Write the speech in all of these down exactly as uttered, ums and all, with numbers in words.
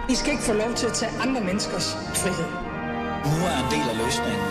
I skal ikke få lov til at tage andre menneskers frihed. Nu er en del af løsningen.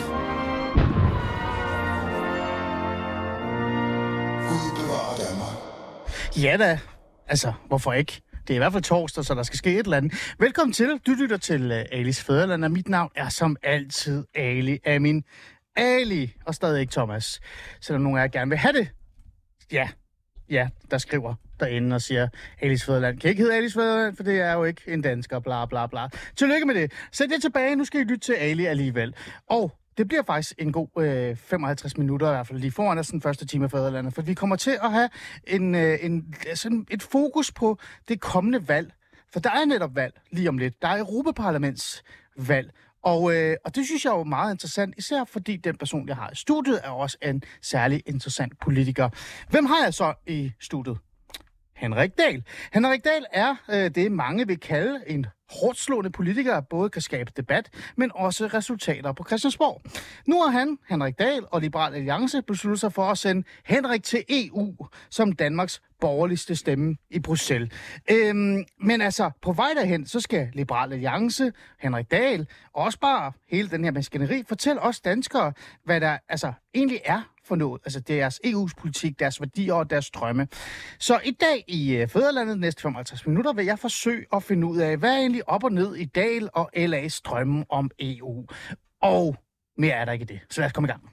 Gud bevarer Danmark. Ja da, altså hvorfor ikke? Det er i hvert fald torsdag, så der skal ske et eller andet. Velkommen til. Du lytter til uh, Alis Fædreland, og mit navn er som altid Ali Amin. Ali, og stadig ikke Thomas. Selvom nogen af jer gerne vil have det. Ja, ja, der skriver derinde og siger, Alis Fædreland. Kan jeg ikke hedde Alis Fædreland, for det er jo ikke en dansker, bla bla bla. Tillykke med det. Sæt det tilbage, nu skal I lytte til Ali alligevel. Og det bliver faktisk en god øh, femoghalvtreds minutter i hvert fald lige foran os den første time af Fædrelandet, for vi kommer til at have en, øh, en, altså et fokus på det kommende valg. For der er netop valg lige om lidt. Der er Europaparlamentsvalg. Og, øh, og det synes jeg er jo meget interessant, især fordi den person, jeg har i studiet, er også en særlig interessant politiker. Hvem har jeg så i studiet? Henrik Dahl. Henrik Dahl er øh, det, mange vil kalde en hårdslående politiker, der både kan skabe debat, men også resultater på Christiansborg. Nu har han, Henrik Dahl og Liberal Alliance besluttet sig for at sende Henrik til E U som Danmarks borgerligste stemme i Bruxelles. Øhm, men altså, på vej derhen, så skal Liberal Alliance, Henrik Dahl og også bare hele den her maskineri fortælle os danskere, hvad der altså egentlig er for noget. Altså deres E U's politik, deres værdier og deres drømme. Så i dag i Fædrelandet, næste femoghalvtreds minutter, vil jeg forsøge at finde ud af, hvad er egentlig op og ned i Dahl og L A's drømme om E U. Og mere er der ikke i det. Så lad os komme i gang.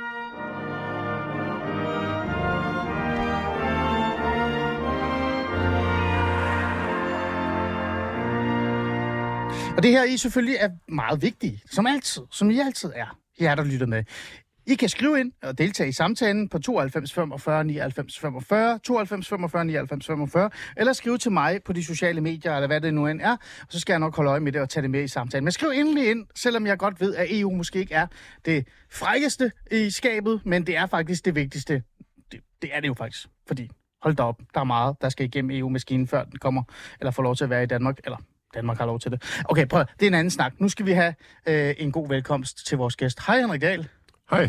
Og det her I selvfølgelig er meget vigtigt, som altid, som I altid er, jer der lytter med. I kan skrive ind og deltage i samtalen på tooghalvfems femogfyrre nioghalvfems femogfyrre, tooghalvfems femogfyrre nioghalvfems femogfyrre, eller skrive til mig på de sociale medier, eller hvad det nu end er, og så skal jeg nok holde øje med det og tage det med i samtalen. Men skriv endelig ind, selvom jeg godt ved, at E U måske ikke er det frækkeste i skabet, men det er faktisk det vigtigste. Det, det er det jo faktisk, fordi hold da op, der er meget, der skal igennem E U-maskinen, før den kommer, eller får lov til at være i Danmark, eller Danmark har lov til det. Okay, prøv, det er en anden snak. Nu skal vi have øh, en god velkomst til vores gæst. Hej Henrik Dahl. Hej.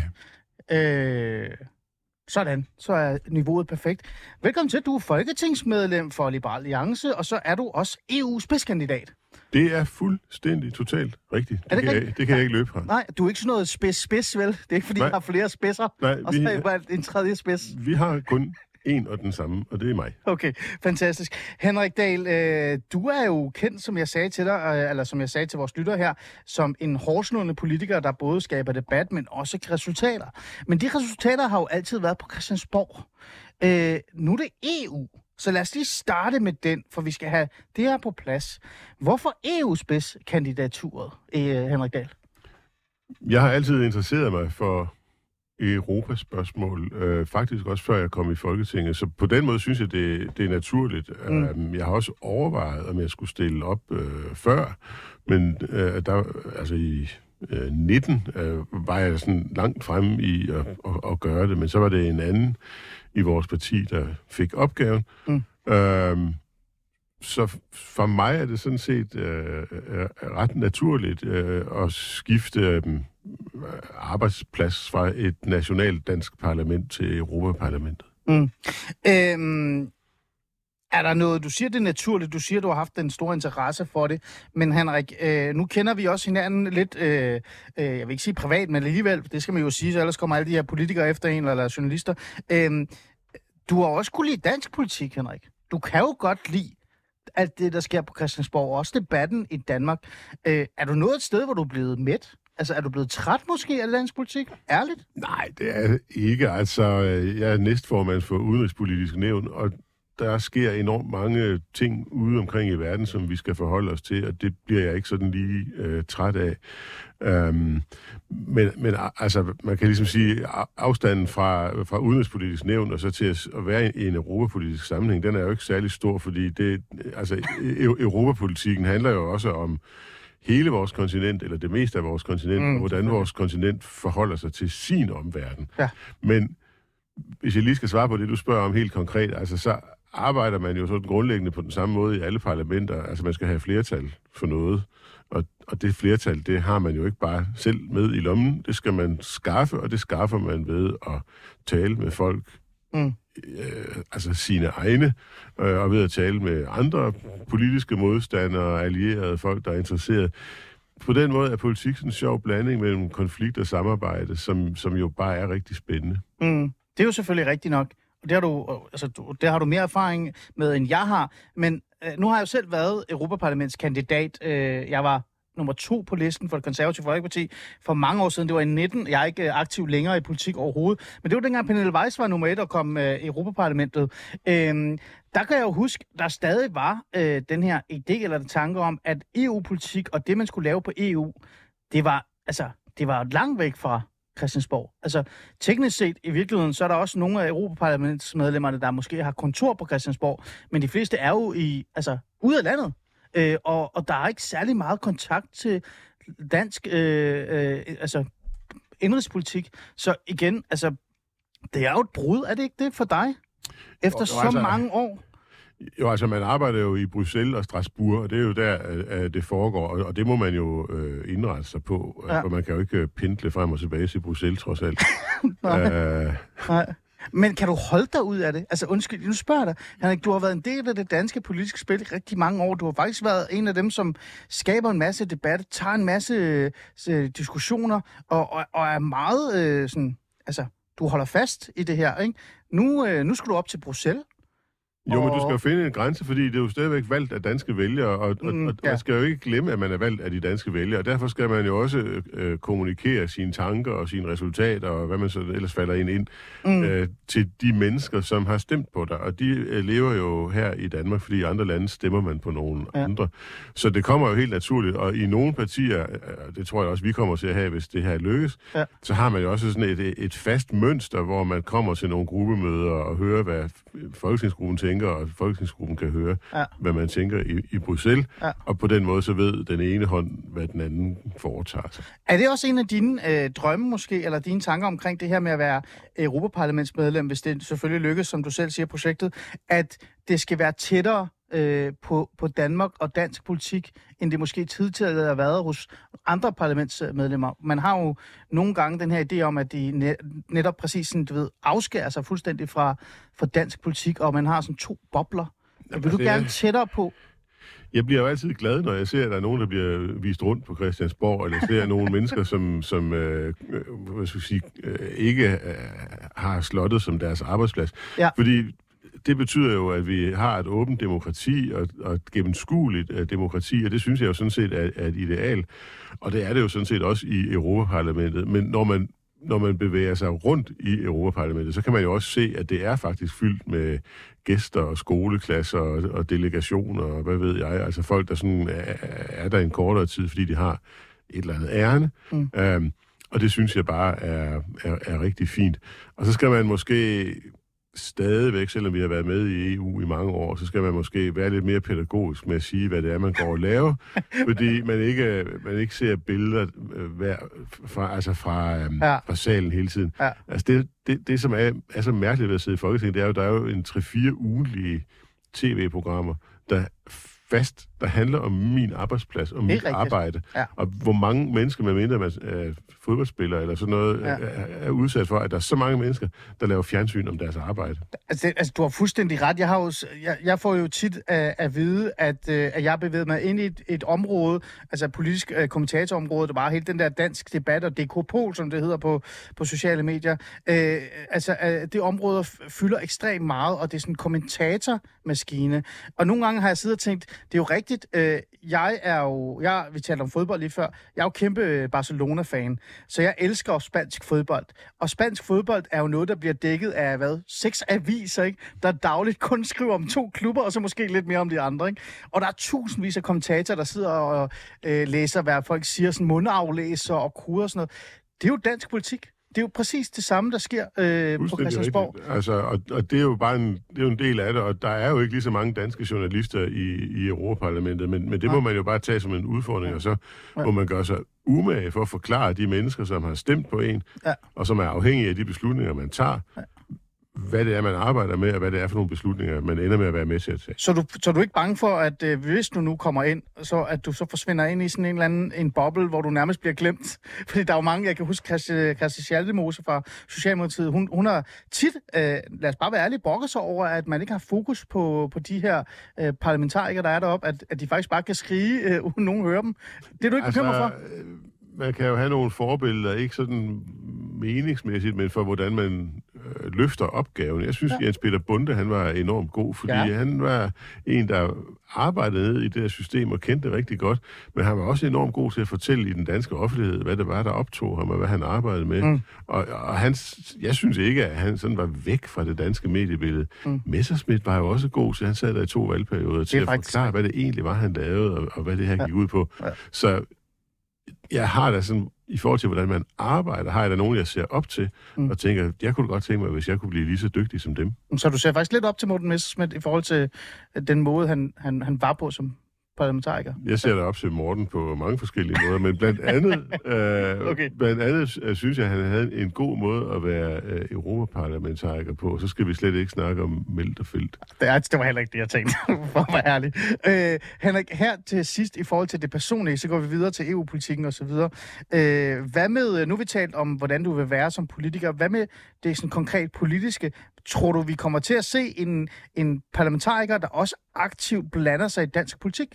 Øh, sådan, så er niveauet perfekt. Velkommen til, du er folketingsmedlem for Liberal Alliance, og så er du også E U-spidskandidat. Det er fuldstændig totalt rigtigt. Det, det, kan, rigtigt? jeg, det kan jeg ikke løbe fra. Nej, du er ikke sådan noget spids-spids, vel? Det er ikke, fordi Nej. jeg har flere spidser, Nej, og så vi, er jeg bare en tredje spids. Vi har kun en og den samme, og det er mig. Okay, fantastisk. Henrik Dahl, øh, du er jo kendt, som jeg sagde til dig, øh, eller som jeg sagde til vores lytter her, som en hårdslående politiker, der både skaber debat, men også resultater. Men de resultater har jo altid været på Christiansborg. Øh, nu er det E U, så lad os lige starte med den, for vi skal have det her på plads. Hvorfor E U-spidskandidaturet, øh, Henrik Dahl? Jeg har altid interesseret mig for Europaspørgsmål, øh, faktisk også før jeg kom i Folketinget. Så på den måde synes jeg, det, det er naturligt. Mm. Um, jeg har også overvejet, om jeg skulle stille op øh, før, men øh, der, altså i øh, nitten øh, var jeg sådan langt fremme i at, at, at gøre det, men så var det en anden i vores parti, der fik opgaven. Mm. Um, Så for mig er det sådan set øh, ret naturligt øh, at skifte øh, arbejdsplads fra et nationalt dansk parlament til Europaparlamentet. Mm. Øhm, er der noget, du siger det er naturligt, du siger, du har haft en stor interesse for det, men Henrik, øh, nu kender vi også hinanden lidt, øh, øh, jeg vil ikke sige privat, men alligevel, det skal man jo sige, så ellers kommer alle de her politikere efter en, eller journalister. Øh, du har også kunne lide dansk politik, Henrik. Du kan jo godt lide alt det, der sker på Christiansborg, og også debatten i Danmark. Øh, er du nået et sted, hvor du er blevet mæt? Altså, er du blevet træt måske af dansk politik? Ærligt? Nej, det er ikke. Altså, jeg er næstformand for Udenrigspolitisk Nævn, og der sker enormt mange ting ude omkring i verden, som vi skal forholde os til, og det bliver jeg ikke sådan lige øh, træt af. Um, men, men altså, man kan ligesom sige, afstanden fra, fra Udenrigspolitisk Nævn og så til at, at være i en europapolitisk sammenhæng, den er jo ikke særlig stor, fordi det, altså, e- europapolitikken handler jo også om hele vores kontinent, eller det meste af vores kontinent, mm, og hvordan vores kontinent forholder sig til sin omverden. Ja. Men hvis jeg lige skal svare på det, du spørger om helt konkret, altså så arbejder man jo sådan grundlæggende på den samme måde i alle parlamenter. Altså man skal have flertal for noget, og, og det flertal, det har man jo ikke bare selv med i lommen. Det skal man skaffe, og det skaffer man ved at tale med folk mm. øh, altså sine egne, øh, og ved at tale med andre politiske modstandere, allierede, folk, der er interesseret. På den måde er politik sådan en sjov blanding mellem konflikt og samarbejde, som, som jo bare er rigtig spændende. Mm. Det er jo selvfølgelig rigtigt nok. Og det har du, altså, du, det har du mere erfaring med, end jeg har. Men øh, nu har jeg jo selv været europaparlamentskandidat. Øh, jeg var nummer to på listen for det konservative Folkeparti for mange år siden. Det var i nitten. Jeg er ikke øh, aktiv længere i politik overhovedet. Men det var dengang Pernille Weiss var nummer et og kom øh, i Europaparlamentet. Øh, der kan jeg jo huske, der stadig var øh, den her idé eller den tanke om, at E U-politik og det, man skulle lave på E U, det var, altså, det var langt væk fra Christiansborg. Altså, teknisk set, i virkeligheden, så er der også nogle af Europaparlamentsmedlemmerne, der måske har kontor på Christiansborg, men de fleste er jo i, altså, ude af landet. Øh, og, og der er ikke særlig meget kontakt til dansk øh, øh, altså, indrigspolitik. Så igen, altså, det er jo et brud, er det ikke det for dig? Efter jo, så altså, mange år? Jo, altså man arbejder jo i Bruxelles og Strasbourg, og det er jo der, at det foregår, og det må man jo øh, indrette sig på, ja. For man kan jo ikke pendle frem og tilbage til Bruxelles, trods alt. Nej. Æh... Nej. Men kan du holde dig ud af det? Altså undskyld, nu spørger jeg dig. Henrik, du har været en del af det danske politiske spil i rigtig mange år. Du har faktisk været en af dem, som skaber en masse debat, tager en masse øh, diskussioner, og, og, og er meget øh, sådan, altså, du holder fast i det her, ikke? Nu, øh, nu skal du op til Bruxelles. Jo, men du skal jo finde en grænse, fordi det er jo stadigvæk valgt af danske vælgere, og, mm, og, og ja. man skal jo ikke glemme, at man er valgt af de danske vælgere, og derfor skal man jo også øh, kommunikere sine tanker og sine resultater, og hvad man så ellers falder ind ind, mm. øh, til de mennesker, som har stemt på dig, og de øh, lever jo her i Danmark, fordi i andre lande stemmer man på nogle ja. andre. Så det kommer jo helt naturligt, og i nogle partier, øh, det tror jeg også, vi kommer til at have, hvis det her lykkes, ja. så har man jo også sådan et, et fast mønster, hvor man kommer til nogle gruppemøder og hører, hvad folketingsgruppen tænker, og folketingsgruppen kan høre, ja. hvad man tænker i, i Bruxelles, ja. og på den måde så ved den ene hånd, hvad den anden foretager sig. Er det også en af dine øh, drømme måske, eller dine tanker omkring det her med at være europaparlamentsmedlem, hvis det selvfølgelig lykkes, som du selv siger, projektet, at det skal være tættere øh, på, på Danmark og dansk politik, end det måske tidligere har været hos andre parlamentsmedlemmer? Man har jo nogle gange den her idé om, at de net, netop præcis sådan, du ved, afskærer sig fuldstændig fra, fra dansk politik, og man har sådan to bobler. Jamen, vil du gerne er... tættere på? Jeg bliver jo altid glad, når jeg ser, at der er nogen, der bliver vist rundt på Christiansborg, eller ser nogle mennesker, som, som øh, hvad skal jeg sige, øh, ikke øh, har slottet som deres arbejdsplads. Ja. Fordi det betyder jo, at vi har et åbent demokrati og, og et gennemskueligt uh, demokrati, og det synes jeg jo sådan set er, er et ideal. Og det er det jo sådan set også i Europaparlamentet. Men når man, når man bevæger sig rundt i Europaparlamentet, så kan man jo også se, at det er faktisk fyldt med gæster og skoleklasser og, og delegationer og hvad ved jeg. Altså folk, der sådan er, er der en kortere tid, fordi de har et eller andet ærne. Mm. Um, og det synes jeg bare er, er, er rigtig fint. Og så skal man måske stadigvæk, selvom vi har været med i E U i mange år, så skal man måske være lidt mere pædagogisk med at sige, hvad det er, man går og laver, fordi man ikke, man ikke ser billeder hver, fra, altså fra, øhm, ja. fra salen hele tiden. Ja. Altså det, det, det, som er, er så mærkeligt ved at sidde i Folketinget, det er jo, der er jo en tre-fire ugentlige tv-programmer, der fast, der handler om min arbejdsplads, om mit rigtigt. arbejde, ja. og hvor mange mennesker, med mindre man er fodboldspiller eller sådan noget, ja. er, er udsat for, at der er så mange mennesker, der laver fjernsyn om deres arbejde. Altså, altså du har fuldstændig ret. Jeg, har jo, jeg, jeg får jo tit at, at vide, at, at jeg bevæger mig ind i et, et område, altså politisk uh, kommentatorområde, der bare hele den der dansk debat og dekopol, som det hedder på, på sociale medier. Uh, altså, uh, det område fylder ekstremt meget, og det er sådan en kommentatormaskine. Og nogle gange har jeg siddet og tænkt, det er jo rigtigt. Øh, jeg er jo, jeg, vi talte om fodbold lige før, jeg er jo kæmpe Barcelona-fan, så jeg elsker jo spansk fodbold. Og spansk fodbold er jo noget, der bliver dækket af, hvad, seks aviser, ikke? Der dagligt kun skriver om to klubber, og så måske lidt mere om de andre, ikke? Og der er tusindvis af kommentatorer, der sidder og øh, læser, hvad folk siger, sådan mundaflæser og koder og sådan noget. Det er jo dansk politik. Det er jo præcis det samme, der sker øh, på Christiansborg. Altså, og, og det er jo bare en, det er jo en del af det, og der er jo ikke lige så mange danske journalister i, i Europaparlamentet, men, men det ja. må man jo bare tage som en udfordring, og så ja. må man gøre sig umage for at forklare de mennesker, som har stemt på en, ja. og som er afhængige af de beslutninger, man tager, ja. hvad det er, man arbejder med, og hvad det er for nogle beslutninger, man ender med at være med til at tage. Så du, så du er ikke bange for, at øh, hvis du nu kommer ind, så at du så forsvinder ind i sådan en eller anden en boble, hvor du nærmest bliver glemt? Fordi der er jo mange, jeg kan huske Christi, Christi Schaldemose fra Socialdemokratiet, hun, hun har tit, øh, lad os bare være ærlige, brokker sig over, at man ikke har fokus på, på de her øh, parlamentarikere, der er deroppe, at, at de faktisk bare kan skrige, øh, uden nogen hører dem. Det er du ikke altså, bekymret for? Man kan jo have nogle forbilleder, ikke sådan meningsmæssigt, men for hvordan man øh, løfter opgaven. Jeg synes, ja. Jens Peter Bonde, han var enormt god, fordi ja. han var en, der arbejdede ned i det her system og kendte det rigtig godt, men han var også enormt god til at fortælle i den danske offentlighed, hvad det var, der optog ham, og hvad han arbejdede med. Mm. Og, og han, jeg synes ikke, at han sådan var væk fra det danske mediebillede. Mm. Messerschmidt var jo også god, så han sad der i to valgperioder til at forklare, hvad det egentlig var, han lavede, og, og hvad det her ja. gik ud på. Ja. Så jeg har da sådan, i forhold til, hvordan man arbejder, har jeg da nogen, jeg ser op til, mm. og tænker, jeg kunne godt tænke mig, hvis jeg kunne blive lige så dygtig som dem. Så du ser faktisk lidt op til Morten Messerschmidt i forhold til den måde, han, han, han var på som parlamentariker? Jeg ser da op til Morten på mange forskellige måder, men blandt andet, øh, okay. blandt andet øh, synes jeg, at han havde en god måde at være øh, europaparlamentariker på. Så skal vi slet ikke snakke om Melterfeldt. Det, er, det var heller ikke det, jeg tænkte, for at være ærlig. Øh, Henrik, her til sidst, i forhold til det personlige, så går vi videre til E U-politikken og så videre. Øh, hvad med, nu har vi talt om, hvordan du vil være som politiker. Hvad med det sådan konkret politiske? Tror du, vi kommer til at se en, en parlamentariker, der også aktivt blander sig i dansk politik?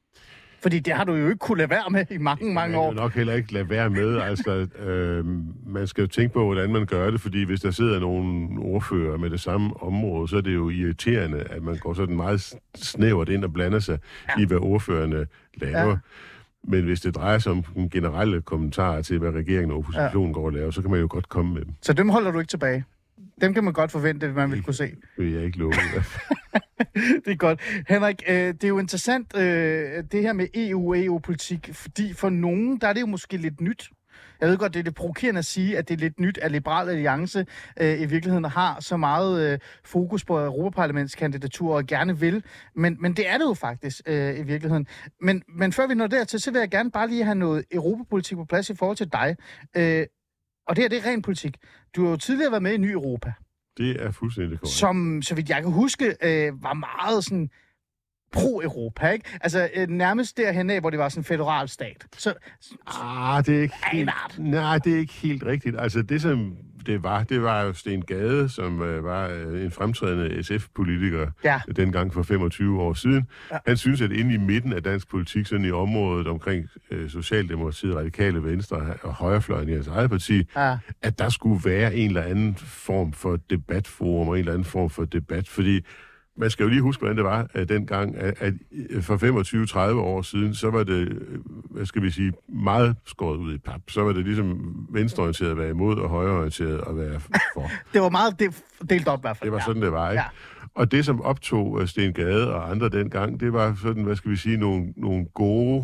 Fordi det har du jo ikke kunne lade være med i mange, mange år. Man kan nok heller ikke lade være med. Altså, øh, man skal jo tænke på, hvordan man gør det, fordi hvis der sidder nogle ordfører med det samme område, så er det jo irriterende, at man går sådan meget snævert ind og blander sig ja. i, hvad ordførerne laver. Ja. Men hvis det drejer sig om en generelle kommentarer til, hvad regeringen og oppositionen ja. går og laver, så kan man jo godt komme med dem. Så dem holder du ikke tilbage? Dem kan man godt forvente, at man vil kunne se. Det vil jeg ikke love. Det er godt. Henrik, øh, det er jo interessant, øh, det her med E U og E U-politik, fordi for nogen, der er det jo måske lidt nyt. Jeg ved godt, det er det provokerende at sige, at det er lidt nyt, at Liberal Alliance øh, i virkeligheden har så meget øh, fokus på Europaparlamentskandidatur og gerne vil. Men, men det er det jo faktisk øh, i virkeligheden. Men, men før vi når dertil, så vil jeg gerne bare lige have noget europapolitik på plads i forhold til dig. Øh, og det her, det er ren politik. Du har jo tidligere været med i Ny Europa. Det er fuldstændig korrekt. Som, så vidt jeg kan huske, øh, var meget sådan pro-Europa, ikke? Altså øh, nærmest derhen af, hvor det var sådan en federal stat. Så, ah, det er ikke helt, nej, det er ikke helt rigtigt. Altså det, som det var, det var jo Sten Gade, som øh, var øh, en fremtrædende S F-politiker ja. dengang for femogtyve år siden. Ja. Han synes, at inde i midten af dansk politik, sådan i området omkring øh, Socialdemokratiet, Radikale Venstre og højrefløjen i hans eget parti, ja. at der skulle være en eller anden form for debatforum og en eller anden form for debat, fordi man skal jo lige huske, hvordan det var at dengang, at, at for femogtyve til tredive år siden, så var det, hvad skal vi sige, meget skåret ud i pap. Så var det ligesom venstreorienteret at være imod, og højreorienteret at være for. Det var meget delt op i hvert fald. Det var sådan, det var, ikke? Ja. Og det, som optog Sten Gade og andre dengang, det var sådan, hvad skal vi sige, nogle, nogle gode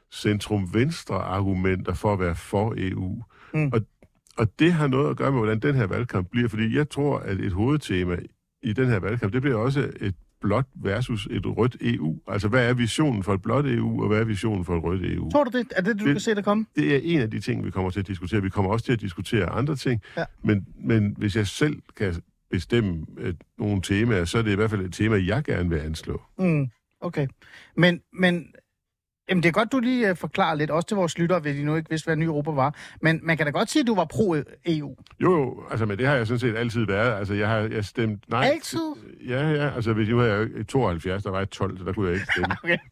centrum-venstre-argumenter for at være for E U. Mm. Og, og det har noget at gøre med, hvordan den her valgkamp bliver, fordi jeg tror, at et hovedtema i den her valgkamp, det bliver også et blåt versus et rødt E U. Altså, hvad er visionen for et blåt E U, og hvad er visionen for et rødt E U? Tror du det? Er det, du det, kan se, der komme? Det er en af de ting, vi kommer til at diskutere. Vi kommer også til at diskutere andre ting. Ja. Men, men hvis jeg selv kan bestemme et, nogle temaer, så er det i hvert fald et tema, jeg gerne vil anslå. Mm, okay. Men, men jamen, det er godt, du lige uh, forklarer lidt, også til vores lyttere, hvis de nu ikke vidste, hvad Ny Europa var. Men man kan da godt sige, at du var pro-E U. Jo, jo, altså, men det har jeg sådan set altid været. Altså, jeg har jeg stemt nej. Altid? Ja, ja, altså, hvis nu havde jeg i tooghalvfjerds, der var et tolv, så der kunne jeg ikke stemme. Okay.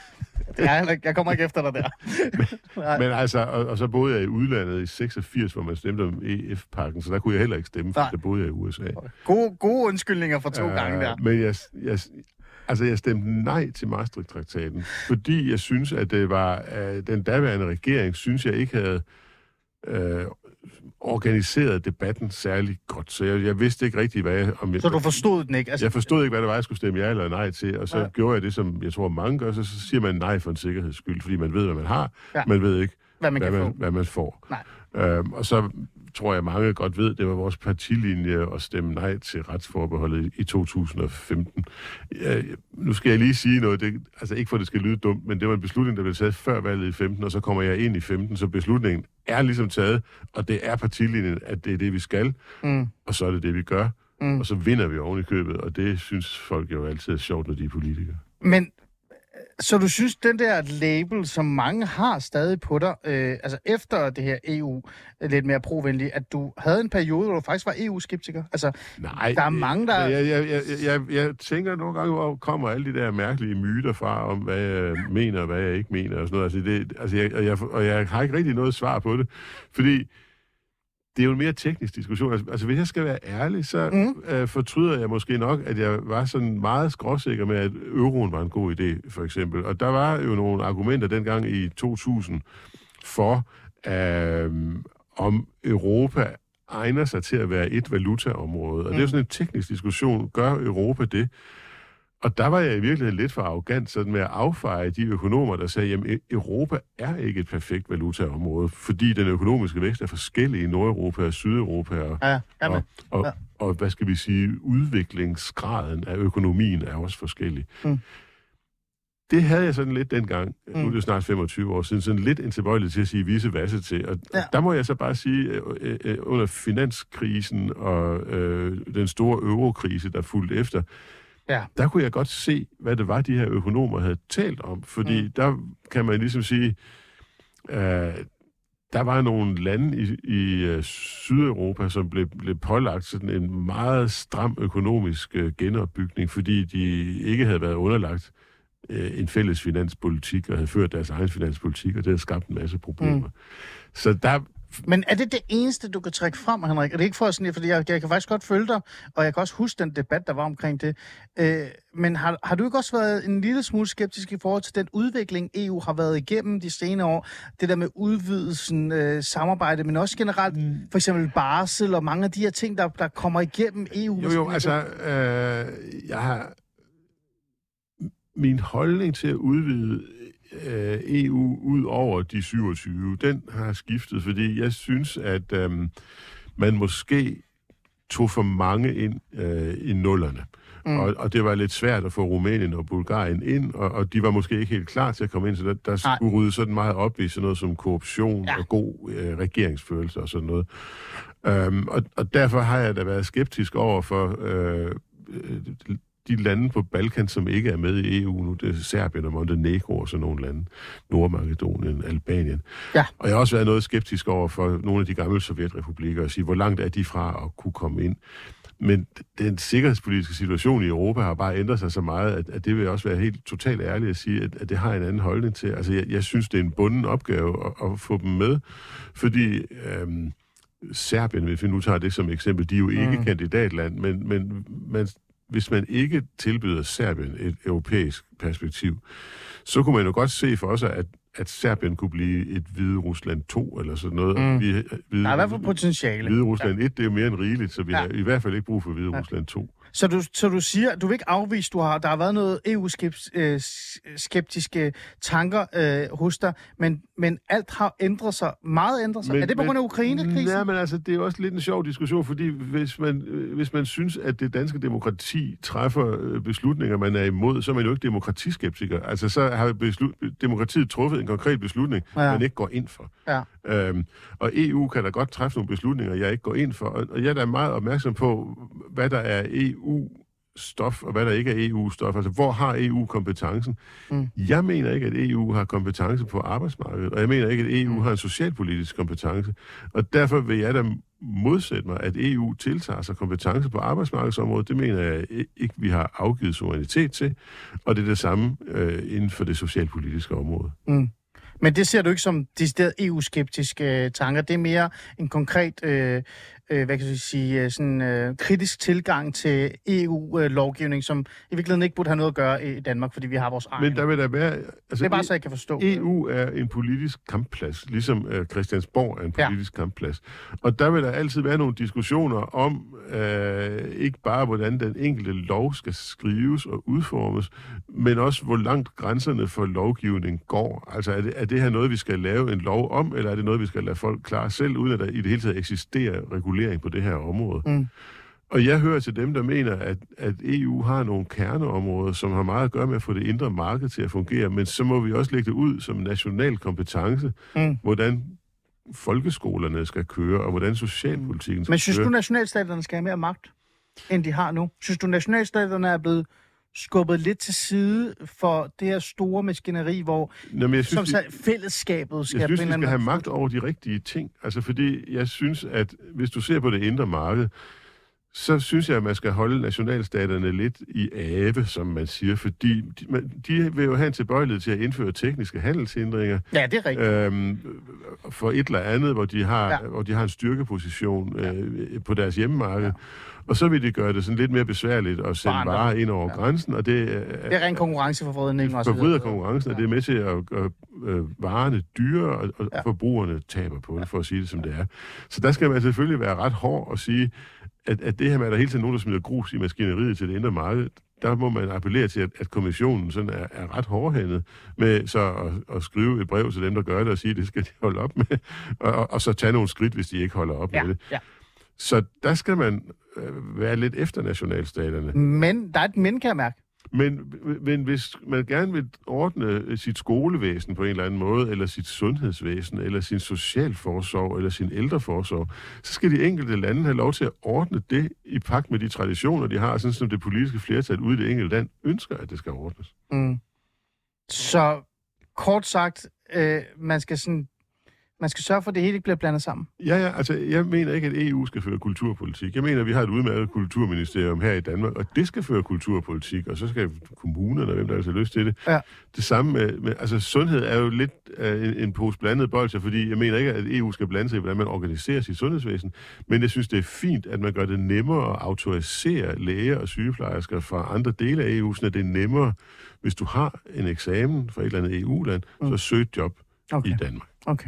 Jeg, jeg kommer ikke efter dig der. men, men altså, og, og så boede jeg i udlandet i seksogfirs, hvor man stemte om E F-pakken, så der kunne jeg heller ikke stemme, for der boede jeg i U S A. Gode, gode undskyldninger for to uh, gange der. Men jeg... jeg Altså, jeg stemte nej til Maastricht-traktaten, fordi jeg synes, at det var øh, den daværende regering, synes jeg ikke havde øh, organiseret debatten særlig godt. Så jeg, jeg vidste ikke rigtig, hvad jeg... Om jeg så du forstod den ikke? Altså... Jeg forstod ikke, hvad det var, jeg skulle stemme ja eller nej til, og så ja. gjorde jeg det, som jeg tror, mange gør, så, så siger man nej for en sikkerheds skyld, fordi man ved, hvad man har, ja. man ved ikke, hvad man, hvad man, hvad man får. Nej. Øhm, og så tror jeg, mange godt ved, det var vores partilinje at stemme nej til retsforbeholdet i to tusind og femten. Ja, nu skal jeg lige sige noget, det, altså ikke for, at det skal lyde dumt, men det var en beslutning, der blev taget før valget i femten, og så kommer jeg ind i femten, så beslutningen er ligesom taget, og det er partilinjen, at det er det, vi skal, mm. og så er det det, vi gør. mm. og så vinder vi oven i købet, og det synes folk jo altid er sjovt, når de er politikere. Men så du synes, den der label, som mange har stadig på dig, øh, altså efter det her E U, lidt mere provenlige, at du havde en periode, hvor du faktisk var E U-skeptiker? Altså, nej, der er mange, der... Jeg, jeg, jeg, jeg, jeg tænker nogle gange, hvor kommer alle de der mærkelige myter fra, om hvad jeg mener og hvad jeg ikke mener, og sådan noget. Altså, det, altså jeg, og, jeg, og jeg har ikke rigtig noget svar på det, fordi det er jo en mere teknisk diskussion. Altså, altså hvis jeg skal være ærlig, så mm. øh, fortryder jeg måske nok, at jeg var sådan meget skråsikker med, at euroen var en god idé, for eksempel. Og der var jo nogle argumenter dengang i to tusind for, øh, om Europa egner sig til at være et valutaområde. Og mm. det er jo sådan en teknisk diskussion. Gør Europa det? Og der var jeg i virkeligheden lidt for arrogant sådan med at affeje de økonomer, der sagde, at Europa er ikke et perfekt valutaområde, fordi den økonomiske vækst er forskellig i Nordeuropa og Sydeuropa, og, ja, og, og, ja. og, og hvad skal vi sige, udviklingsgraden af økonomien er også forskellig. Mm. Det havde jeg sådan lidt dengang, mm. nu er det snart femogtyve år siden, sådan lidt en tilbøjelighed til at sige vise vasse til. Og ja. der må jeg så bare sige, øh, øh, under finanskrisen og øh, den store eurokrise, der fulgte efter, ja. der kunne jeg godt se, hvad det var, de her økonomer havde talt om. Fordi mm. der kan man ligesom sige, øh, der var nogle lande i, i uh, Sydeuropa, som blev, blev pålagt sådan en meget stram økonomisk uh, genopbygning, fordi de ikke havde været underlagt uh, en fælles finanspolitik og havde ført deres egen finanspolitik, og det havde skabt en masse problemer. Mm. Så der... Men er det det eneste, du kan trække frem, Henrik? Er det ikke for sådan, fordi jeg, jeg kan faktisk godt følge dig, og jeg kan også huske den debat, der var omkring det. Øh, men har, har du ikke også været en lille smule skeptisk i forhold til den udvikling, E U har været igennem de senere år? Det der med udvidelsen, øh, samarbejde, men også generelt mm. for eksempel barsel og mange af de her ting, der, der kommer igennem E U? Jo, jo, altså, øh, jeg har... Min holdning til at udvide E U ud over de syvogtyve, den har skiftet, fordi jeg synes, at øhm, man måske tog for mange ind øh, i nullerne. Mm. Og, og det var lidt svært at få Rumænien og Bulgarien ind, og, og de var måske ikke helt klar til at komme ind, så der, der skulle rydde sådan meget op i sådan noget som korruption ja. og god øh, regeringsførelse og sådan noget. Øhm, og, og derfor har jeg da været skeptisk over for øh, de lande på Balkan, som ikke er med i E U nu, det er Serbien og Montenegro og sådan nogle lande, Nordmakedonien, Albanien. Ja. Og jeg har også været noget skeptisk over for nogle af de gamle sovjetrepublikker og sige, hvor langt er de fra at kunne komme ind. Men den sikkerhedspolitiske situation i Europa har bare ændret sig så meget, at, at det vil også være helt totalt ærligt at sige, at, at det har en anden holdning til. Altså, jeg, jeg synes, det er en bunden opgave at, at få dem med, fordi øhm, Serbien, hvis vi nu tager det som eksempel, de er jo ikke mm. kandidatland, men, men man, hvis man ikke tilbyder Serbien et europæisk perspektiv, så kunne man jo godt se for sig, at at Serbien kunne blive et Hvide Rusland to, eller sådan noget. Mm. Vi, hvide, der er i hvert fald potentiale. Hvide Rusland et, det er jo mere end rigeligt, så vi ja. har i hvert fald ikke brug for Hvide ja. Rusland to. Så du, så du siger, du vil ikke afvise, du har, der har været noget E U-skeptiske tanker øh, hos dig, men, men alt har ændret sig, meget ændret sig. Men, er det på grund af Ukraine-krisen? Ja, men altså, det er jo også lidt en sjov diskussion, fordi hvis man, hvis man synes, at det danske demokrati træffer beslutninger, man er imod, så er man jo ikke demokratiskeptiker. Altså, så har beslut, demokratiet truffet en konkret beslutning, ja. man ikke går ind for. Ja. Øhm, og E U kan da godt træffe nogle beslutninger, jeg ikke går ind for, og, og jeg er da meget opmærksom på, hvad der er E U-stof, og hvad der ikke er E U-stof. Altså, hvor har E U kompetencen? Mm. Jeg mener ikke, at E U har kompetence på arbejdsmarkedet, og jeg mener ikke, at E U mm. har en socialpolitisk kompetence. Og derfor vil jeg da modsætte mig, at E U tiltager sig kompetence på arbejdsmarkedsområdet. Det mener jeg ikke, vi har afgivet suverænitet til, og det er det samme øh, inden for det socialpolitiske område. Mm. Men det ser du ikke som decideret E U-skeptiske tanker. Det er mere en konkret, øh, øh, hvad kan jeg sige, sådan øh, kritisk tilgang til E U-lovgivning, som i virkeligheden ikke burde have noget at gøre i Danmark, fordi vi har vores egen. Men der vil der være... Altså, det er bare så, jeg kan forstå. E U er en politisk kampplads, ligesom øh, Christiansborg er en politisk ja. kampplads. Og der vil der altid være nogle diskussioner om, øh, ikke bare hvordan den enkelte lov skal skrives og udformes, men også hvor langt grænserne for lovgivning går. Altså er det, er det her noget, vi skal lave en lov om, eller er det noget, vi skal lade folk klare selv, uden at der i det hele taget eksisterer regulering på det her område? Mm. Og jeg hører til dem, der mener, at, at E U har nogle kerneområder, som har meget at gøre med at få det indre marked til at fungere, men så må vi også lægge det ud som national kompetence, mm. hvordan folkeskolerne skal køre, og hvordan socialpolitikken skal køre. Men synes du, nationalstaterne skal have mere magt? end de har nu? Synes du, nationalstaterne er blevet skubbet lidt til side for det her store maskineri, hvor Nå, jeg synes, som så fællesskabet skal... Jeg synes, på en vi skal eller have anden magt over de rigtige ting. Altså, fordi jeg synes, at hvis du ser på det indre marked, så synes jeg, at man skal holde nationalstaterne lidt i ave, som man siger, fordi de, man, de vil jo have en tilbøjelighed til at indføre tekniske handelshindringer. Ja, det er rigtigt. Øhm, for et eller andet, hvor de har, Ja. hvor de har en styrkeposition øh, på deres hjemmemarked. Ja. Og så vil de gøre det sådan lidt mere besværligt at sende Bare varer ind over ja. grænsen, og det, øh, Det er ren konkurrenceforvridning. det forvrider konkurrencen, og Ja. det er med til at gøre øh, varerne dyre, og, og Ja. forbrugerne taber på det, for at sige det, som det er. Så der skal man selvfølgelig være ret hård og sige, at, at det her med, at der hele tiden nogen, der smider grus i maskineriet til det indre marked, der må man appellere til, at, at kommissionen sådan er, er ret hårdhændet med så at, at skrive et brev til dem, der gør det, og sige, at det skal de holde op med, og, og, og så tage nogle skridt, hvis de ikke holder op Ja, med det. ja. Så der skal man øh, være lidt efter nationalstaterne. Men der er et men, kan jeg mærke. Men, men hvis man gerne vil ordne sit skolevæsen på en eller anden måde, eller sit sundhedsvæsen, eller sin socialforsorg, eller sin ældreforsorg, så skal de enkelte lande have lov til at ordne det i pagt med de traditioner, de har, sådan som det politiske flertal ude i det enkelte land ønsker, at det skal ordnes. Mm. Så kort sagt, øh, man skal sådan... Man skal sørge for, at det hele ikke bliver blandet sammen. Ja, ja, altså, jeg mener ikke, at E U skal føre kulturpolitik. Jeg mener, at vi har et udmærket kulturministerium her i Danmark, og det skal føre kulturpolitik, og så skal kommunerne, hvem der altså har lyst til det. Ja. Det samme med, med, altså, sundhed er jo lidt uh, en, en pose blandet bolcher, fordi jeg mener ikke, at E U skal blande sig i, hvordan man organiserer sit sundhedsvæsen, men jeg synes, det er fint, at man gør det nemmere at autorisere læger og sygeplejersker fra andre dele af E U, så det er nemmere, hvis du har en eksamen fra et eller andet E U-land, mm. så søg et job okay. i Danmark. Okay.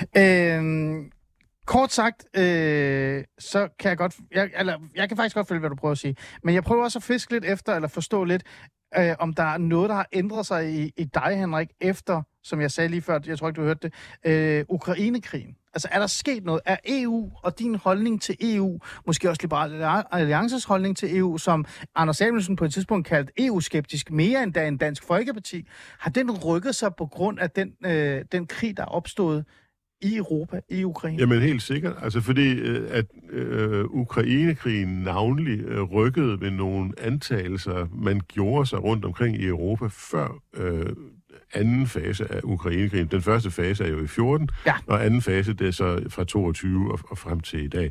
Øhm, kort sagt, øh, så kan jeg godt... Jeg, eller, jeg kan faktisk godt følge, hvad du prøver at sige. Men jeg prøver også at fiske lidt efter, eller forstå lidt, øh, om der er noget, der har ændret sig i, i dig, Henrik, efter, som jeg sagde lige før, jeg tror ikke, du hørte det, øh, Ukrainekrigen. Altså, er der sket noget? Er E U og din holdning til E U, måske også Liberal Alliances holdning til E U, som Anders Samuelsen på et tidspunkt kaldte E U-skeptisk mere end da en Dansk Folkeparti, har den rykket sig på grund af den, øh, den krig, der er opstået i Europa, i Ukraine? Jamen helt sikkert. Altså fordi, øh, at øh, Ukrainekrigen navnlig øh, rykkede ved nogle antagelser, man gjorde sig rundt omkring i Europa før øh, anden fase af Ukrainekrigen. Den første fase er jo i fjorten, ja. og anden fase, det er så fra toogtyve og, og frem til i dag.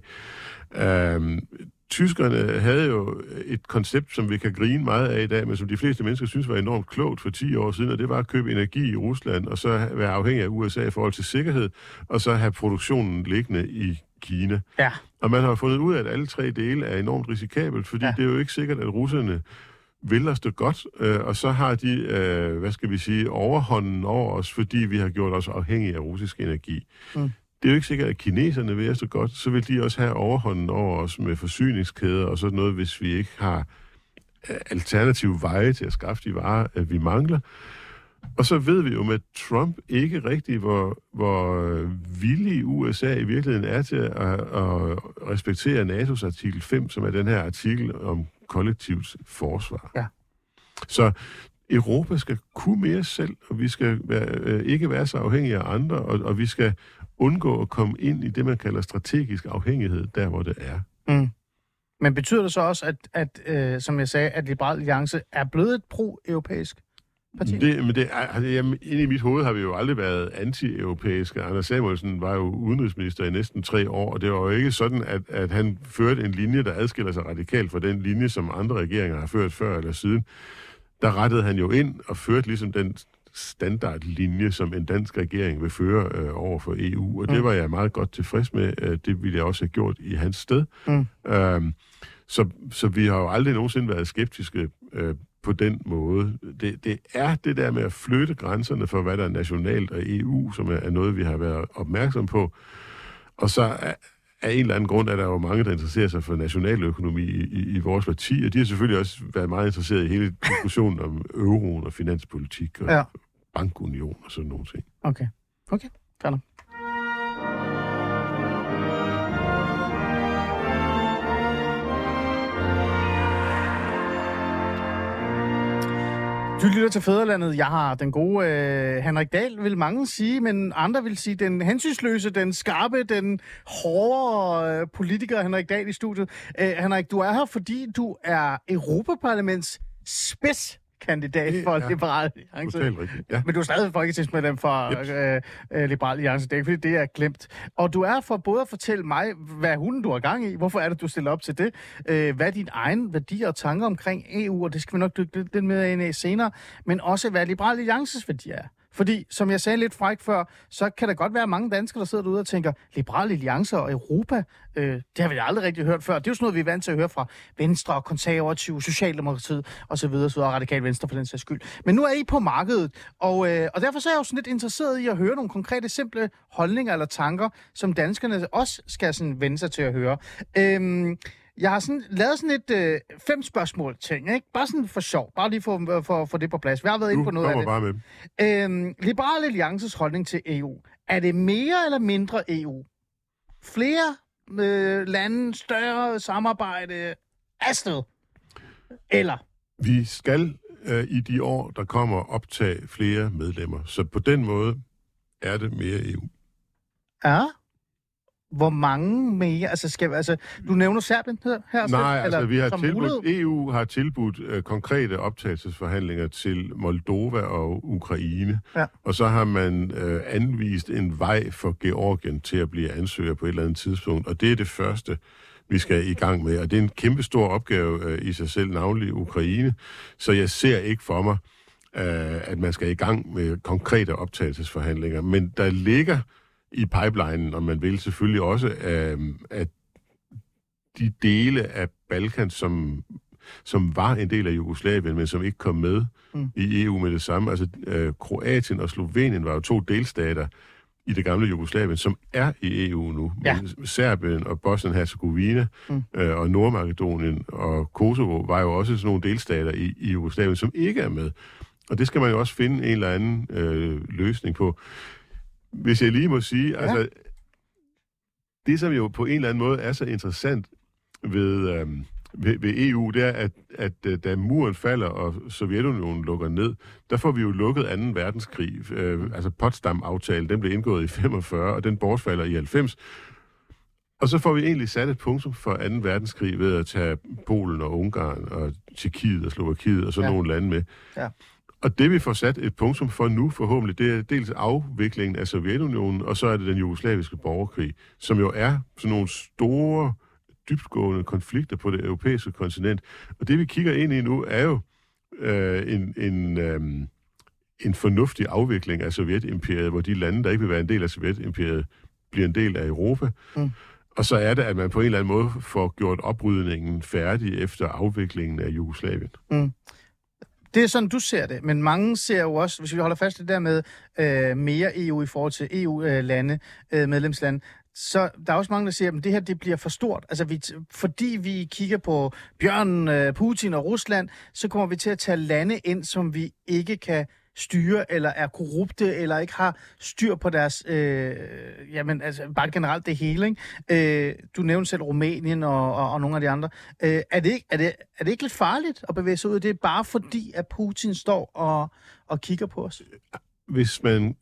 Øhm, Tyskerne havde jo et koncept, som vi kan grine meget af i dag, men som de fleste mennesker synes var enormt klogt for ti år siden, og det var at købe energi i Rusland, og så være afhængig af U S A i forhold til sikkerhed, og så have produktionen liggende i Kina. Ja. Og man har fundet ud af, at alle tre dele er enormt risikabelt, fordi ja. det er jo ikke sikkert, at russerne vil os det godt, øh, og så har de, øh, hvad skal vi sige, overhånden over os, fordi vi har gjort os afhængige af russisk energi. Mm. Det er jo ikke sikkert, at kineserne vil os det godt, så vil de også have overhånden over os med forsyningskæder og sådan noget, hvis vi ikke har alternative veje til at skaffe de varer, at vi mangler. Og så ved vi jo med Trump ikke rigtigt, hvor, hvor villig U S A i virkeligheden er til at, at respektere NATO's artikel fem, som er den her artikel om kollektivt forsvar. Ja. Så Europa skal kunne mere selv, og vi skal være, øh, ikke være så afhængige af andre, og, og vi skal undgå at komme ind i det, man kalder strategisk afhængighed, der hvor det er. Mm. Men betyder det så også, at, at øh, som jeg sagde, at Liberal Alliance er blevet et pro-europæisk parti? Det, men det er, altså, jamen, inde i mit hoved har vi jo aldrig været anti-europæiske. Anders Samuelsen var jo udenrigsminister i næsten tre år, og det var jo ikke sådan, at, at han førte en linje, der adskiller sig radikalt fra den linje, som andre regeringer har ført før eller siden. Der rettede han jo ind og førte ligesom den standardlinje, som en dansk regering vil føre øh, over for E U, og mm. det var jeg meget godt tilfreds med. Øh, det ville jeg også have gjort i hans sted. Mm. Øhm, så, så vi har jo aldrig nogensinde været skeptiske øh, på den måde. Det, det er det der med at flytte grænserne for, hvad der er nationalt og E U, som er, er noget, vi har været opmærksom på. Og så er, af en eller anden grund er der jo mange, der interesserer sig for nationaløkonomi i, i, i vores parti, og de har selvfølgelig også været meget interesseret i hele diskussionen om euroen og finanspolitik og ja. bankunion og sådan nogle ting. Okay. Okay. Færdig. Du lytter til Fædrelandet. Jeg har den gode øh, Henrik Dahl, vil mange sige, men andre vil sige den hensynsløse, den skarpe, den hårde øh, politiker Henrik Dahl i studiet. Øh, Henrik, du er her, fordi du er Europaparlaments spidskandidat for ja, Liberal Alliance. Totalt rigtigt, ja. Men du er stadig folketingsmedlem for Yep. øh, øh, Liberal Alliance. Det er ikke, fordi det er glemt. Og du er for både at fortælle mig, hvad hunden du har gang i, hvorfor er det, du stiller op til det, øh, hvad er dine egne værdier og tanker omkring E U, og det skal vi nok dykke lidt mere ind i senere, men også hvad Liberal Alliances værdier er. Fordi, som jeg sagde lidt fræk før, så kan der godt være mange danskere, der sidder derude og tænker, Liberal Alliance og Europa, øh, det har vi aldrig rigtig hørt før. Det er jo sådan noget, vi er vant til at høre fra Venstre, Konservative, Socialdemokratiet osv., osv. og Radikale Venstre for den sags skyld. Men nu er I på markedet, og, øh, og derfor så er jeg jo sådan lidt interesseret i at høre nogle konkrete, simple holdninger eller tanker, som danskerne også skal sådan vende sig til at høre. Øhm, Jeg har sådan, lavet sådan et øh, fem spørgsmål ting, ikke? Bare sådan for sjov. Bare lige for, for, for det på plads. Vi har været inde på noget af det. Bare med. Øhm, Liberal Alliances holdning til E U. Er det mere eller mindre E U? Flere øh, lande, større samarbejde, afsted? Eller? Vi skal øh, i de år, der kommer, optage flere medlemmer. Så på den måde er det mere E U. Ja. Hvor mange mere? Altså, skal, altså, du nævner Serbien her? her Nej, selv, altså vi har tilbudt, mulighed? E U har tilbudt øh, konkrete optagelsesforhandlinger til Moldova og Ukraine. Ja. Og så har man øh, anvist en vej for Georgien til at blive ansøger på et eller andet tidspunkt. Og det er det første, vi skal i gang med. Og det er en kæmpe stor opgave øh, i sig selv, navnlig Ukraine. Så jeg ser ikke for mig, øh, at man skal i gang med konkrete optagelsesforhandlinger. Men der ligger i pipelinen, om man vil, selvfølgelig også, øh, at de dele af Balkan, som, som var en del af Jugoslavien, men som ikke kom med mm. i E U med det samme. Altså, øh, Kroatien og Slovenien var jo to delstater i det gamle Jugoslavien, som er i E U nu. Ja. Men Serbien og Bosnien-Herzegovina mm. øh, og Nordmakedonien og Kosovo var jo også sådan nogle delstater i, i Jugoslavien, som ikke er med. Og det skal man jo også finde en eller anden øh, løsning på. Hvis jeg lige må sige, ja. altså, det som jo på en eller anden måde er så interessant ved, øhm, ved, ved E U, det er, at, at da muren falder, og Sovjetunionen lukker ned, der får vi jo lukket anden verdenskrig. Øh, altså Potsdam-aftalen, den blev indgået i femogfyrre, og den bortfalder i halvfems. Og så får vi egentlig sat et punktum for anden verdenskrig ved at tage Polen og Ungarn og Tjekkiet og Slovakiet og sådan ja. nogle lande med. Ja. Og det, vi får sat et punktum for nu, forhåbentlig, det er dels afviklingen af Sovjetunionen, og så er det den jugoslaviske borgerkrig, som jo er sådan nogle store, dybtgående konflikter på det europæiske kontinent. Og det, vi kigger ind i nu, er jo øh, en, en, øh, en fornuftig afvikling af Sovjetimperiet, hvor de lande, der ikke vil være en del af Sovjetimperiet, bliver en del af Europa. Mm. Og så er det, at man på en eller anden måde får gjort oprydningen færdig efter afviklingen af Jugoslavien. Mm. Det er sådan, du ser det, men mange ser jo også, hvis vi holder fast i det der med øh, mere E U i forhold til E U-lande, øh, medlemslande, så der er også mange, der siger, at det her det bliver for stort. Altså, vi, fordi vi kigger på bjørnen, øh, Putin og Rusland, så kommer vi til at tage lande ind, som vi ikke kan styre, eller er korrupte, eller ikke har styr på deres, øh, jamen, altså, bare generelt det hele, ikke? Øh, du nævnte selv Rumænien og, og, og nogle af de andre. Øh, er, det ikke, er, det, er det ikke lidt farligt at bevæge sig ud af det, bare fordi, at Putin står og, og kigger på os? Hvis man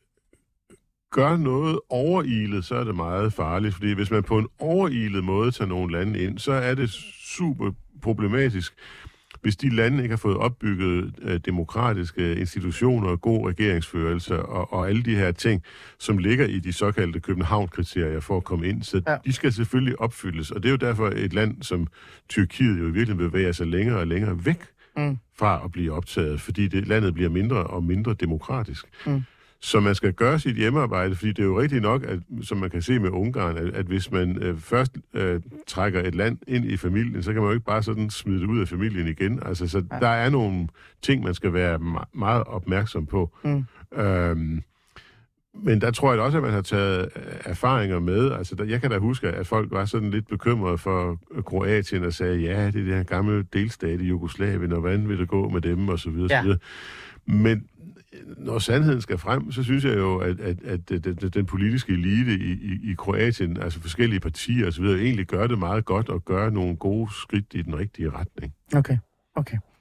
gør noget overilet, så er det meget farligt, fordi hvis man på en overilet måde tager nogle lande ind, så er det super problematisk, hvis de lande ikke har fået opbygget øh, demokratiske institutioner, god regeringsførelse og, og alle de her ting, som ligger i de såkaldte København-kriterier for at komme ind. Så ja. de skal selvfølgelig opfyldes. Og det er jo derfor et land som Tyrkiet jo i virkeligheden bevæger sig længere og længere væk mm. fra at blive optaget, fordi det, landet bliver mindre og mindre demokratisk. Mm. Så man skal gøre sit hjemmearbejde, fordi det er jo rigtigt nok, at, som man kan se med Ungarn, at, at hvis man øh, først øh, trækker et land ind i familien, så kan man jo ikke bare sådan smide det ud af familien igen. Altså, så ja. der er nogle ting, man skal være me- meget opmærksom på. Mm. Øhm, men der tror jeg også, at man har taget erfaringer med. Altså, der, jeg kan da huske, at folk var sådan lidt bekymrede for Kroatien og sagde, ja, det er det her gamle delstat i Jugoslavien, og hvordan vil det gå med dem, og så videre. Ja. Så videre. Men når sandheden skal frem, så synes jeg jo, at, at, at, at den politiske elite i, i, i Kroatien, altså forskellige partier osv., egentlig gør det meget godt og gør nogle gode skridt i den rigtige retning. Okay, okay.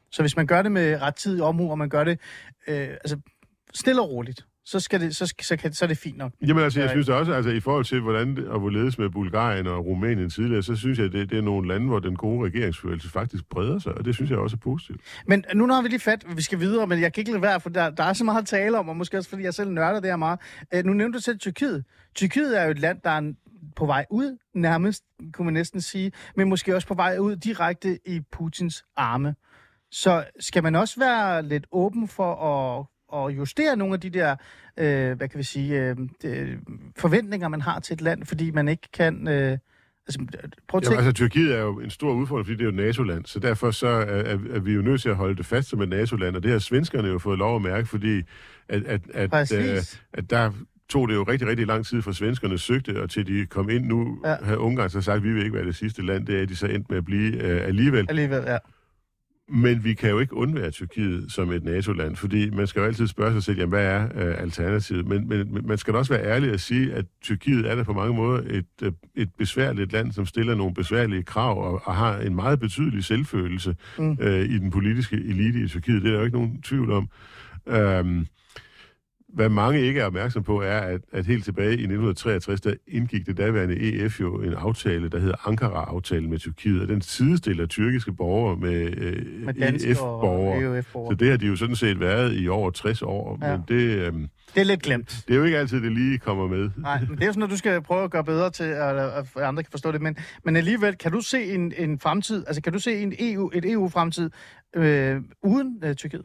Så hvis man gør det med rettidig omhu, og man gør det øh, altså stille og roligt, så, skal det, så, skal, så, kan, så er det fint nok. Jamen altså, jeg synes også, altså i forhold til, hvordan det, og hvorledes med Bulgarien og Rumænien tidligere, så synes jeg, at det, det er nogle lande, hvor den gode regeringsførelse faktisk breder sig, og det synes jeg også er positivt. Men nu har vi lige fat, vi skal videre, men jeg kan ikke lade være, for der, der er så meget at tale om, og måske også fordi jeg selv nørder det her meget. Øh, nu nævnte du selv Tyrkiet. Tyrkiet er jo et land, der er på vej ud, nærmest, kunne man næsten sige, men måske også på vej ud direkte i Putins arme. Så skal man også være lidt åben for at, at justere nogle af de der, øh, hvad kan vi sige, øh, de, forventninger, man har til et land, fordi man ikke kan... Øh, altså, prøv at Jamen, altså, Tyrkiet er jo en stor udfordring, fordi det er jo et NATO-land, så derfor så er, er vi jo nødt til at holde det fast som et NATO-land, og det har svenskerne jo fået lov at mærke, fordi at, at, at, at, at der tog det jo rigtig, rigtig lang tid, for svenskerne søgte, og til de kom ind nu, ja. Har Ungarn så sagt, at vi vil ikke være det sidste land, det er de så endt med at blive uh, alligevel. Alligevel, ja. Men vi kan jo ikke undvære Tyrkiet som et NATO-land, fordi man skal jo altid spørge sig selv, jamen, hvad er uh, alternativet? Men, men man skal da også være ærlig at sige, at Tyrkiet er der på mange måder et, uh, et besværligt land, som stiller nogle besværlige krav og, og har en meget betydelig selvfølelse mm. uh, i den politiske elite i Tyrkiet. Det er der jo ikke nogen tvivl om. Um, Hvad mange ikke er opmærksom på, er, at, at helt tilbage i nitten treogtres, der indgik det daværende E F jo en aftale, der hedder Ankara-aftalen med Tyrkiet, og den sidestiller tyrkiske borgere med, øh, med E F-borgere. Så det har de jo sådan set været i over tres år, ja. Men det... Øh, det er lidt glemt. Det er jo ikke altid, det lige kommer med. Nej, men det er jo sådan, at du skal prøve at gøre bedre til, at, at andre kan forstå det. Men, men alligevel, kan du se en, en fremtid, altså kan du se en E U, et E U-fremtid øh, uden øh, Tyrkiet?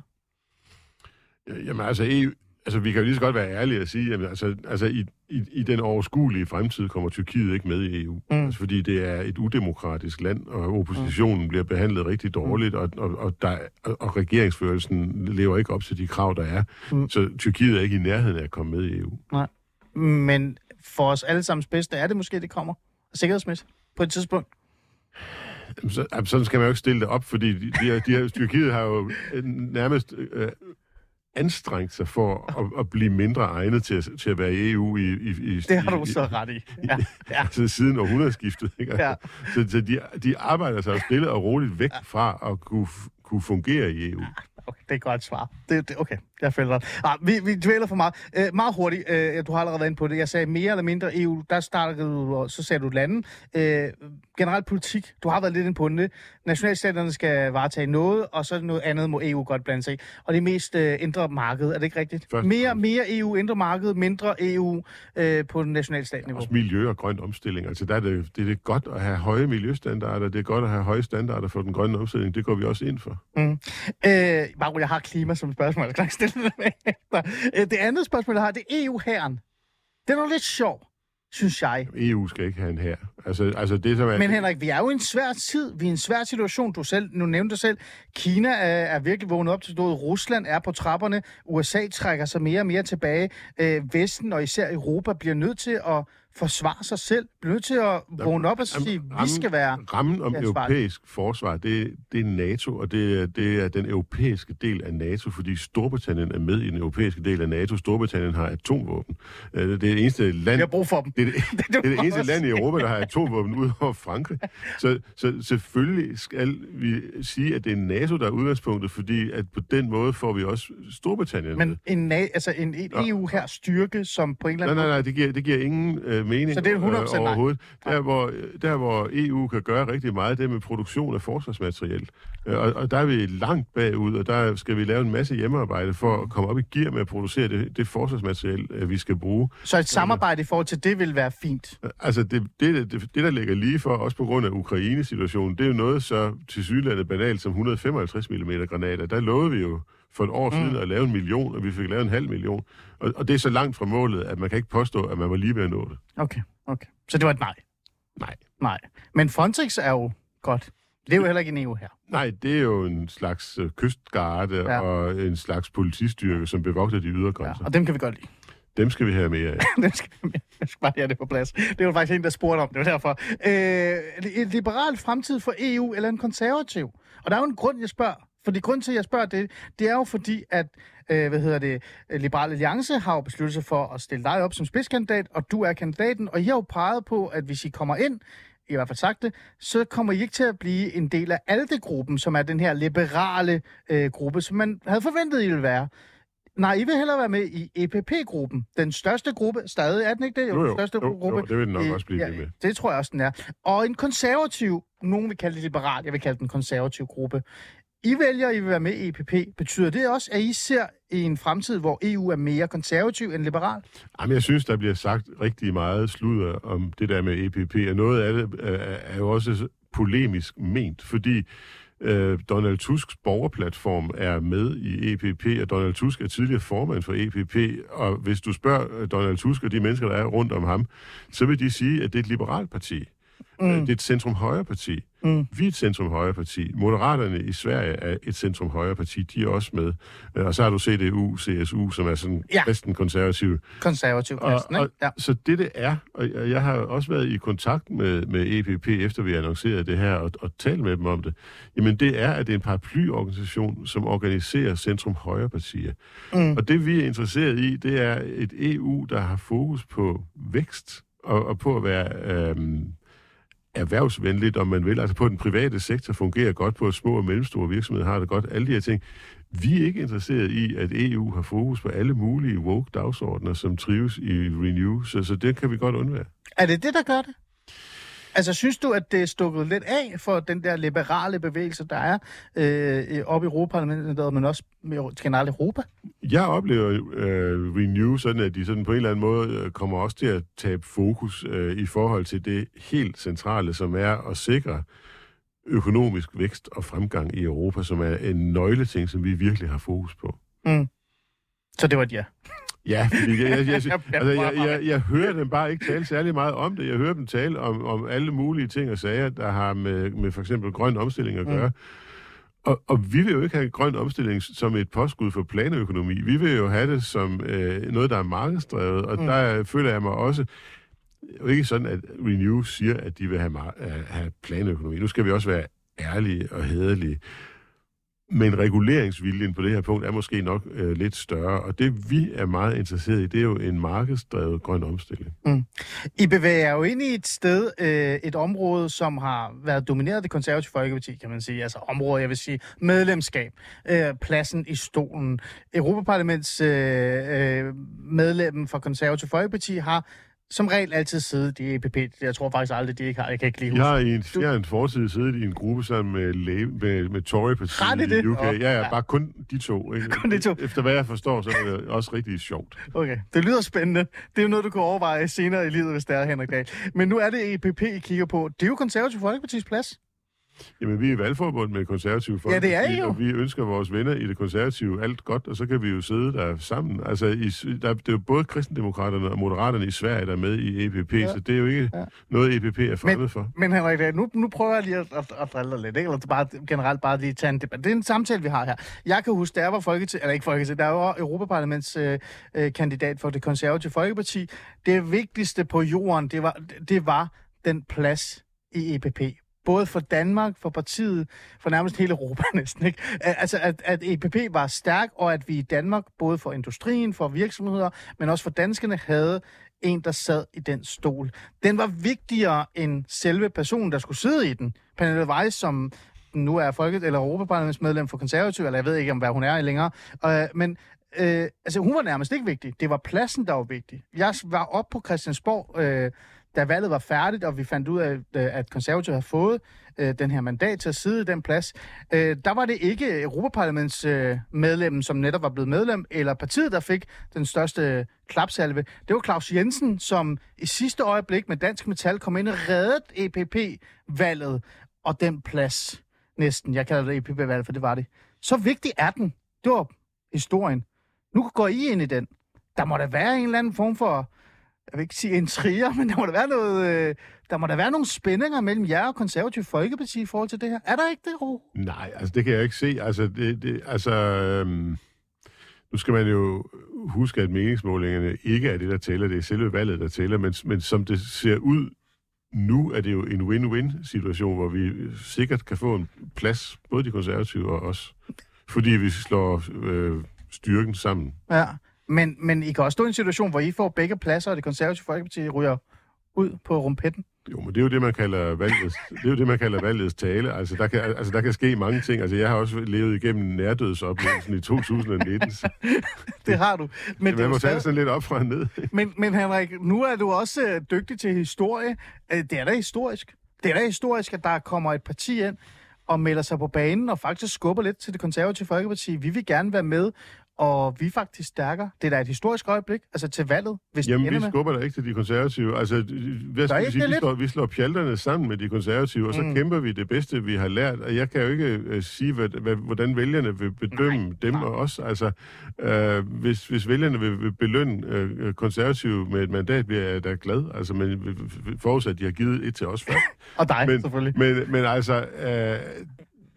Jamen altså, E U... Altså, vi kan jo lige så godt være ærlige at sige, at altså, altså, i, i, i den overskuelige fremtid kommer Tyrkiet ikke med i E U. Mm. Altså, fordi det er et udemokratisk land, og oppositionen mm. bliver behandlet rigtig dårligt, mm. og, og, og, der, og regeringsførelsen lever ikke op til de krav, der er. Mm. Så Tyrkiet er ikke i nærheden af at komme med i E U. Nej. Men for os allesammens bedste er det måske, det kommer sikkerhedsmæssigt på et tidspunkt. Så, altså, sådan skal man jo ikke stille det op, fordi de, de, de her, Tyrkiet har jo nærmest... Øh, anstrengt sig for at, at blive mindre egnet til at, til at være i E U i... i, i det har du i, så ret i. Ja. Ja. Altså siden århundredeskiftet. Ikke? Ja. Så, så de, de arbejder sig stille og roligt væk fra at kunne, kunne fungere i E U. Okay, det er et godt svar. Det, det, okay, jeg føler dig. Ah, vi, vi dvæler for meget. Uh, meget hurtigt, uh, du har allerede været inde på det. Jeg sagde mere eller mindre E U, der startede du, så sagde du landen. Uh, generelt politik, du har været lidt inde på det. Nationalstaterne skal varetage noget, og så noget andet må E U godt blande sig i. Og det mest uh, indre marked, er det ikke rigtigt? Først, mere, mere E U indre marked, mindre E U uh, på nationalstatniveau. Også miljø og grøn omstilling. Altså der er det, det er det godt at have høje miljøstandarder, det er godt at have høje standarder for den grønne omstilling. Det går vi også ind for. Mm. Uh, Maru, jeg har klima som spørgsmål, jeg kan stille det med efter. Det andet spørgsmål, jeg har, det er E U-hæren. Det er noget lidt sjovt, synes jeg. E U skal ikke have en hær. Altså, altså det, som er... Men Henrik, vi er jo i en svær tid. Vi er i en svær situation. Du selv, nu nævnte du selv, Kina er, er virkelig vågnet op til stået. Rusland er på trapperne. U S A trækker sig mere og mere tilbage. Øh, Vesten og især Europa bliver nødt til at forsvare sig selv. Bliver nødt til at vågne op og sige, at vi skal være... Rammen om europæisk forsvar, det, det er NATO, og det er, det er den europæiske del af NATO, fordi Storbritannien er med i den europæiske del af NATO. Storbritannien har atomvåben. Det er det eneste land... Jeg har brug for dem. Det er det, det, er det eneste land i Europa, der har atomvåben ud over Frankrig. Så, så selvfølgelig skal vi sige, at det er NATO, der er udgangspunktet, fordi at på den måde får vi også Storbritannien Men en, altså en, en E U her styrke, som på en eller anden Nej, nej, nej, det giver, det giver ingen øh, mening så det er hundrede procent øh, overhovedet. Der hvor, der, hvor E U kan gøre rigtig meget, det er med produktion af forsvarsmateriel. Øh, og, og der er vi langt bagud, og der skal vi lave en masse hjemmearbejde for at komme op i gear med at producere det, det forsvarsmateriel, øh, vi skal bruge. Så et samarbejde i forhold til det vil være fint? Altså, det, det, det, det der ligger lige for, også på grund af Ukraine-situationen, det er jo noget så tilsyneladende banalt som et hundrede og femoghalvtreds millimeter granater. Der lovede vi jo for et år siden mm. at lave en million, og vi fik lavet en halv million. Og, og det er så langt fra målet, at man kan ikke påstå, at man var lige ved at nå det. Okay, okay. Så det var et nej? Nej. Nej. Men Frontex er jo godt. Det er jo heller ikke en E U her. Nej, det er jo en slags øh, kystgarde ja. og en slags politistyrke, som bevogter de ydre grænser. Ja, og dem kan vi godt lide. Dem skal vi have mere af. dem skal vi mere. Jeg skal bare have det på plads. Det var faktisk en, der spurgte om det, var derfor. Øh, en liberal fremtid for E U eller en konservativ? Og der er jo en grund, jeg spørger. Fordi grund til, at jeg spørger det, det er jo fordi, at øh, hvad hedder det, Liberal Alliance har jo besluttet sig for at stille dig op som spidskandidat, og du er kandidaten, og I har jo peget på, at hvis I kommer ind i hvert fald sagt det, så kommer I ikke til at blive en del af ALDE-gruppen, som er den her liberale øh, gruppe, som man havde forventet, I ville være. Nej, I vil hellere være med i E P P-gruppen. Den største gruppe, stadig er den ikke det? Jo, jo, den største jo, gruppe. jo, det vil den nok øh, også blive ja, ved med. Det tror jeg også, den er. Og en konservativ, nogen vil kalde det liberal, jeg vil kalde den konservativ gruppe. I vælger, I vil være med i E P P. Betyder det også, at I ser i en fremtid, hvor E U er mere konservativ end liberal? Jamen, jeg synes, der bliver sagt rigtig meget sludder om det der med E P P, og noget af det er jo også polemisk ment, fordi øh, Donald Tusks borgerplatform er med i E P P, og Donald Tusk er tidligere formand for E P P, og hvis du spørger Donald Tusk og de mennesker, der er rundt om ham, så vil de sige, at det er et liberalt parti. Mm. Det er et centrum-højre-parti. Mm. Vi er et centrum-højre-parti. Moderaterne i Sverige er et centrum-højre-parti. De er også med. Og så har du C D U, C S U, som er sådan ja. kristen konservativ. Konservativ kristen, ikke? Ja. Så det, det er, og jeg har også været i kontakt med, med E P P, efter vi annoncerede det her, og, og talt med dem om det. Jamen, det er, at det er en paraplyorganisation, som organiserer centrum-højre-partier. Mm. Og det, vi er interesseret i, det er et E U, der har fokus på vækst, og, og på at være øhm, erhvervsvenligt, om man vil. Altså på den private sektor fungerer godt, på små og mellemstore virksomheder har det godt. Alle de her ting. Vi er ikke interesseret i, at E U har fokus på alle mulige woke-dagsordner, som trives i Renew, så, så det kan vi godt undvære. Er det det, der gør det? Altså, synes du, at det er stukket lidt af for den der liberale bevægelse, der er øh, oppe i Europaparlamentet, men også generelt Europa? Jeg oplever øh, Renew sådan, at de sådan på en eller anden måde kommer også til at tabe fokus øh, i forhold til det helt centrale, som er at sikre økonomisk vækst og fremgang i Europa, som er en nøgleting, som vi virkelig har fokus på. Mm. Så det var et ja. Ja, fordi jeg, jeg, jeg, altså, jeg, jeg, jeg hører dem bare ikke tale særlig meget om det. Jeg hører dem tale om, om alle mulige ting og sager, der har med, med for eksempel grøn omstilling at gøre. Mm. Og, og vi vil jo ikke have grøn omstilling som et påskud for planøkonomi. Vi vil jo have det som øh, noget, der er markedsdrevet, og mm. der føler jeg mig også jo ikke sådan, at Renew siger, at de vil have, have planøkonomi. Nu skal vi også være ærlige og hæderlige. Men reguleringsviljen på det her punkt er måske nok øh, lidt større, og det vi er meget interesseret i, det er jo en markedsdrevet grøn omstilling. Mm. I bevæger jo ind i et sted, øh, et område, som har været domineret af det konservative Folkeparti, kan man sige. Altså område, jeg vil sige, medlemskab, øh, pladsen i stolen. Europaparlaments øh, øh, medlem for konservative Folkeparti har som regel altid siddet i E P P. Jeg tror faktisk aldrig, de ikke har. Jeg kan ikke lige huske. Jeg har i en fjern fortid siddet i en gruppe sammen med, med, med Tory-partiet i U K. Oh, ja, ja, bare kun de to. Ikke? Kun de to. Efter hvad jeg forstår, så er det også rigtig sjovt. Okay, det lyder spændende. Det er jo noget, du kan overveje senere i livet, hvis det er, Henrik Dahl. Men nu er det E P P, I kigger på. Det er jo Konservative Folkepartis plads. Jamen, vi er valgforbund med Konservative Folkeparti, ja, det er I jo. Og vi ønsker vores venner i det konservative alt godt, og så kan vi jo sidde der sammen. Altså, i, der, det er jo både kristendemokraterne og moderaterne i Sverige, der er med i E P P, ja. Så det er jo ikke ja. noget, E P P er fremmed for. Men Henrik, nu, nu prøver jeg lige at, at, at drille dig lidt, ikke? Eller bare, generelt bare lige tage en debat. Det er en samtale, vi har her. Jeg kan huske, der var Folketing, eller ikke Folketing, der var Europaparlaments øh, øh, kandidat for det konservative Folkeparti. Det vigtigste på jorden, det var, det var den plads i E P P. Både for Danmark, for partiet, for nærmest hele Europa næsten. Ikke? Altså, at, at E P P var stærk, og at vi i Danmark, både for industrien, for virksomheder, men også for danskerne, havde en, der sad i den stol. Den var vigtigere end selve personen, der skulle sidde i den. Pernille Weiss, som nu er folket eller Europaparlamentsmedlem for konservativ, eller jeg ved ikke, om hvad hun er længere. Uh, men uh, altså, hun var nærmest ikke vigtig. Det var pladsen, der var vigtig. Jeg var oppe på Christiansborg, uh, da valget var færdigt, og vi fandt ud af, at konservative havde fået øh, den her mandat til at sidde i den plads, øh, der var det ikke Europaparlaments øh, medlem, som netop var blevet medlem, eller partiet, der fik den største klapsalve. Det var Claus Jensen, som i sidste øjeblik med Dansk Metal kom ind og reddede E P P-valget, og den plads næsten. Jeg kalder det E P P-valget, for det var det. Så vigtig er den. Det var historien. Nu går I ind i den. Der må da være en eller anden form for, jeg vil ikke sige intriger, men der må der være noget, øh, der må der være nogle spændinger mellem jer og Konservative Folkeparti i forhold til det her. Er der ikke det, Ro? Nej, altså det kan jeg ikke se. Altså, det, det, altså øhm, nu skal man jo huske, at meningsmålingerne ikke er det, der tæller. Det er selve valget, der tæller. Men, men som det ser ud nu, er det jo en win-win-situation, hvor vi sikkert kan få en plads, både de konservative og os. Fordi vi slår øh, styrken sammen. Ja. Men, men I kan også stå i en situation, hvor I får begge pladser, og det konservative Folkeparti ryger ud på rumpetten. Jo, men det er jo det, man kalder valgets, det er jo det, man kalder valgets tale. Altså der, kan, altså, der kan ske mange ting. Altså, jeg har også levet igennem nærdødsoplevelsen i to tusind nitten. Det har du. Men man må tage det sådan lidt op fra og ned. Men, men Henrik, nu er du også øh, dygtig til historie. Øh, det er da historisk. Det er da historisk, at der kommer et parti ind og melder sig på banen og faktisk skubber lidt til det konservative Folkeparti. Vi vil gerne være med, og vi er faktisk stærkere. Det er da et historisk øjeblik, altså til valget, hvis Jamen, det ender vi med. skubber da ikke til de konservative. Altså, hvad skal vi sige? Vi slår, vi slår pjalterne sammen med de konservative, og så mm. kæmper vi det bedste, vi har lært. Og jeg kan jo ikke uh, sige, hvad, hvad, hvordan vælgerne vil bedømme nej, dem nej. og os. Altså, uh, hvis, hvis vælgerne vil, vil belønne uh, konservative med et mandat, bliver jeg da glad. Altså, men forudsat, at de har givet et til os først. Og dig, men, selvfølgelig. Men, men altså... Uh,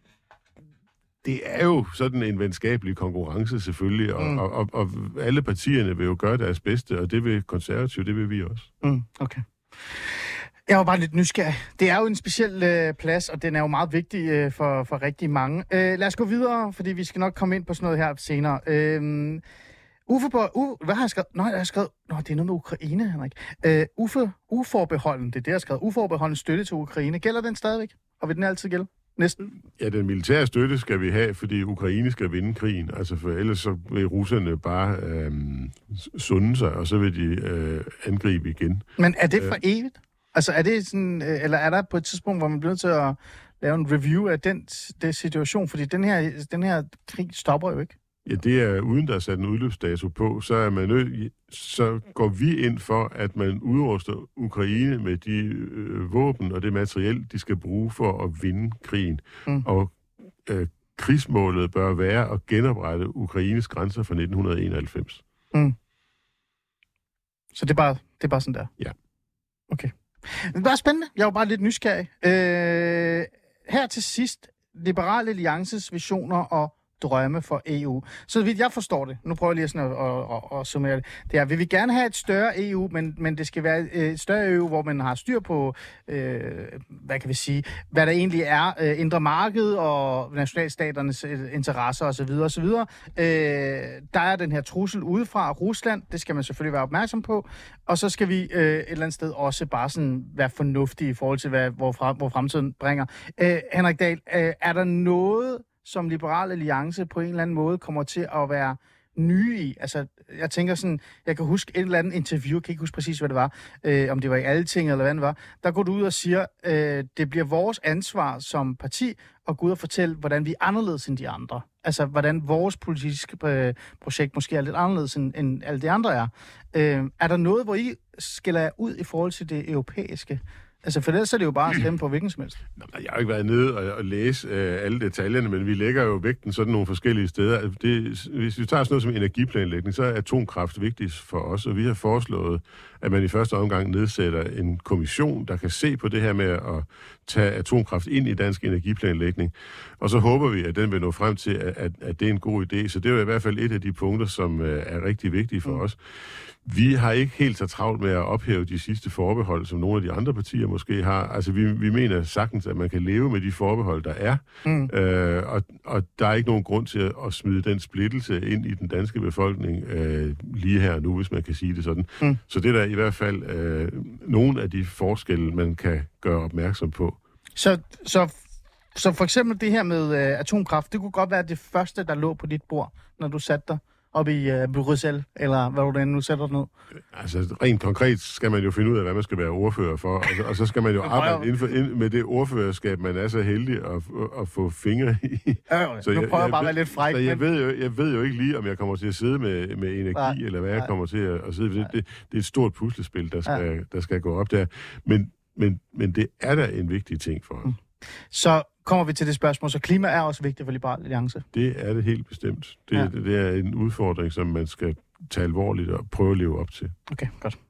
det er jo sådan en venskabelig konkurrence selvfølgelig, og, mm. og, og, og alle partierne vil jo gøre deres bedste, og det vil konservative, det vil vi også. Mm, okay. Jeg var bare lidt nysgerrig. Det er jo en speciel øh, plads, og den er jo meget vigtig øh, for, for rigtig mange. Øh, lad os gå videre, fordi vi skal nok komme ind på sådan noget her senere. Øh, Uffe på... Uh, hvad har jeg skrevet? Nå, jeg har skrevet... Nå, det er noget med Ukraine, Henrik. Øh, Uffe, uforbeholden, det er det, jeg har skrevet. Uforbeholden støtte til Ukraine. Gælder den stadigvæk? Og vil den altid gælde? Næsten. Ja, den militære støtte skal vi have, fordi Ukraine skal vinde krigen. Altså, for ellers så vil russerne bare øh, sunde sig, og så vil de øh, angribe igen. Men er det for øh, evigt? Altså, er det sådan... Øh, eller er der på et tidspunkt, hvor man bliver nødt til at lave en review af den, den situation? Fordi den her, den her krig stopper jo ikke. Ja, det er uden der er sat en udløbsdato på, så er man nødt, så går vi ind for, at man udruster Ukraine med de øh, våben og det materiel, de skal bruge for at vinde krigen. Mm. Og øh, krigsmålet bør være at genoprette Ukraines grænser fra nitten enoghalvfems. Mm. Så det er bare, det er bare sådan der? Ja. Okay. Det er bare spændende. Jeg var bare lidt nysgerrig. Øh, her til sidst, Liberal Alliances visioner og drømme for E U. Så vidt jeg forstår det, nu prøver jeg lige sådan at, at, at, at summere det, det er, vi vil gerne have et større E U, men, men det skal være et større E U, hvor man har styr på, øh, hvad kan vi sige, hvad der egentlig er øh, indre marked og nationalstaternes øh, interesser osv. osv. Øh, der er den her trussel udefra, Rusland, det skal man selvfølgelig være opmærksom på, og så skal vi øh, et eller andet sted også bare sådan være fornuftige i forhold til, hvad, hvor, frem, hvor fremtiden bringer. Øh, Henrik Dahl, øh, er der noget, som Liberal Alliance på en eller anden måde kommer til at være nye i? Altså, jeg tænker sådan, jeg kan huske et eller andet interview, jeg kan ikke huske præcis, hvad det var, øh, om det var i Alting eller hvad det var, der går du ud og siger, øh, det bliver vores ansvar som parti at gå ud og fortælle, hvordan vi er anderledes end de andre. Altså, hvordan vores politiske øh, projekt måske er lidt anderledes end, end alle de andre er. Øh, er der noget, hvor I skiller jer ud i forhold til det europæiske? Altså, for ellers er det jo bare at stemme på hvilken som helst. Jeg har jo ikke været nede og, og læse øh, alle detaljerne, men vi lægger jo vægten sådan nogle forskellige steder. Det, hvis vi tager sådan noget som energiplanlægning, så er atomkraft vigtigt for os, og vi har foreslået, at man i første omgang nedsætter en kommission, der kan se på det her med at tage atomkraft ind i dansk energiplanlægning. Og så håber vi, at den vil nå frem til, at, at, at det er en god idé. Så det er jo i hvert fald et af de punkter, som øh, er rigtig vigtige for mm. os. Vi har ikke helt så travlt med at ophæve de sidste forbehold, som nogle af de andre partier måske har. Altså, vi, vi mener sagtens, at man kan leve med de forbehold, der er. Mm. Øh, og, og der er ikke nogen grund til at, at smide den splittelse ind i den danske befolkning øh, lige her og nu, hvis man kan sige det sådan. Mm. Så det er der i hvert fald øh, nogle af de forskelle, man kan gøre opmærksom på. Så, så, så for eksempel det her med øh, atomkraft, det kunne godt være det første, der lå på dit bord, når du satte dig op i uh, Bruxelles, eller hvad du nu sætter ned? Altså, rent konkret skal man jo finde ud af, hvad man skal være ordfører for, og så, og så skal man jo arbejde inden for, ind, med det ordførerskab, man er så heldig at, at få fingre i. Ja, så nu jeg, prøver jeg bare at være lidt fræk. Så jeg, ved jo, jeg ved jo ikke lige, om jeg kommer til at sidde med, med energi, nej, eller hvad jeg nej. kommer til at, at sidde. Det, det, det er et stort puslespil, der skal, ja. der skal gå op der. Men, men, men det er da en vigtig ting for os. Mm. Så kommer vi til det spørgsmål, så klima er også vigtigt for Liberal Alliance? Det er det helt bestemt. Det, ja. det, det er en udfordring, som man skal tage alvorligt og prøve at leve op til. Okay, godt.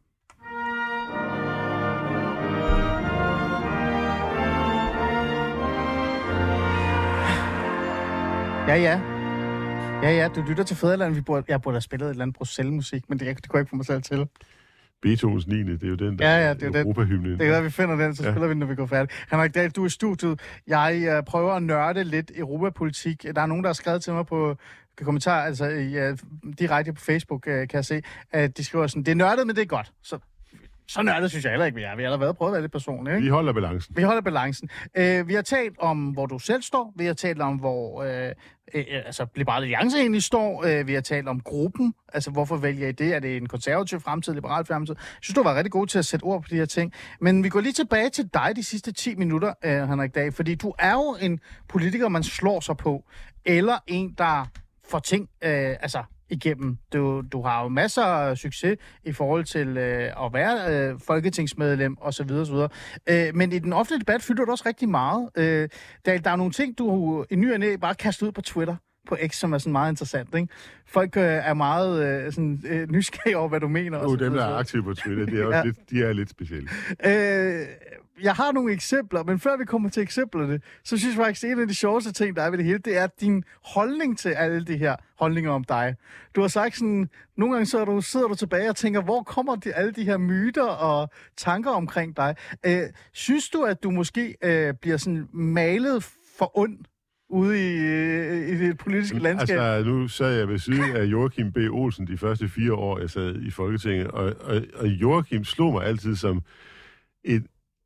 Ja, ja. Ja, ja, du lytter til Fædreland. Vi burde, jeg burde have spillet et eller andet Bruxelles-musik, men det, det kunne jeg ikke få mig selv til. Beethovens niende, det er jo den, der ja, ja, det er Europahymnen. Det er godt, vi finder den, så ja. spiller vi den, når vi går færdigt. Henrik Dahl, du er i studiet. Jeg uh, prøver at nørde lidt europapolitik. Der er nogen, der har skrevet til mig på kommentarer, altså uh, direkte på Facebook, uh, kan jeg se, at de skriver sådan, det er nørdet, men det er godt. Så Så nørdet synes jeg heller ikke, vi er. Vi har allerede prøvet at være lidt personlige, ikke? Vi holder balancen. Vi holder balancen. Øh, vi har talt om, hvor du selv står. Vi har talt om, hvor øh, øh, altså, Liberal Alliance egentlig står. Øh, vi har talt om gruppen. Altså, hvorfor vælger I det? Er det en konservativ fremtid, liberal fremtid? Jeg synes, du var rigtig god til at sætte ord på de her ting. Men vi går lige tilbage til dig de sidste ti minutter, øh, Henrik Dahl. Fordi du er jo en politiker, man slår sig på. Eller en, der får ting... Øh, altså igennem. Du, du har jo masser af succes i forhold til øh, at være øh, folketingsmedlem osv. osv. Øh, men i den offentlige debat fylder du også rigtig meget. Øh, der, der er nogle ting, du i ny og næ bare kaster ud på Twitter, på X, som er sådan meget interessant, ikke? Folk øh, er meget øh, sådan, øh, nysgerrige over, hvad du mener. Jo, dem, der er aktive på Twitter, de er, også ja. lidt, de er lidt specielle. Øh, jeg har nogle eksempler, men før vi kommer til eksemplerne, så synes jeg faktisk, at en af de sjoveste ting, der er ved det hele, det er din holdning til alle de her holdninger om dig. Du har sagt sådan, nogle gange så du, sidder du tilbage og tænker, hvor kommer de, alle de her myter og tanker omkring dig? Øh, synes du, at du måske øh, bliver sådan malet for ond ude i, i det politiske landskab? Altså, nu sad jeg ved siden af Joachim B. Olsen de første fire år, jeg sad i Folketinget, og, og, og Joachim slog mig altid som et,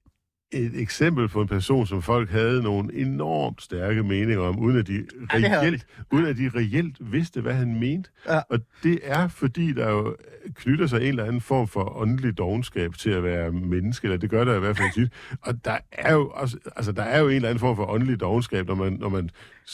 et eksempel på en person, som folk havde nogle enormt stærke meninger om, uden at de reelt, uden at de reelt vidste, hvad han mente. Ja. Og det er, fordi der jo knytter sig en eller anden form for åndelig dovenskab til at være menneske, eller det gør der i hvert fald tit. Og der er jo også, altså der er jo en eller anden form for åndelig dovenskab, når man, når man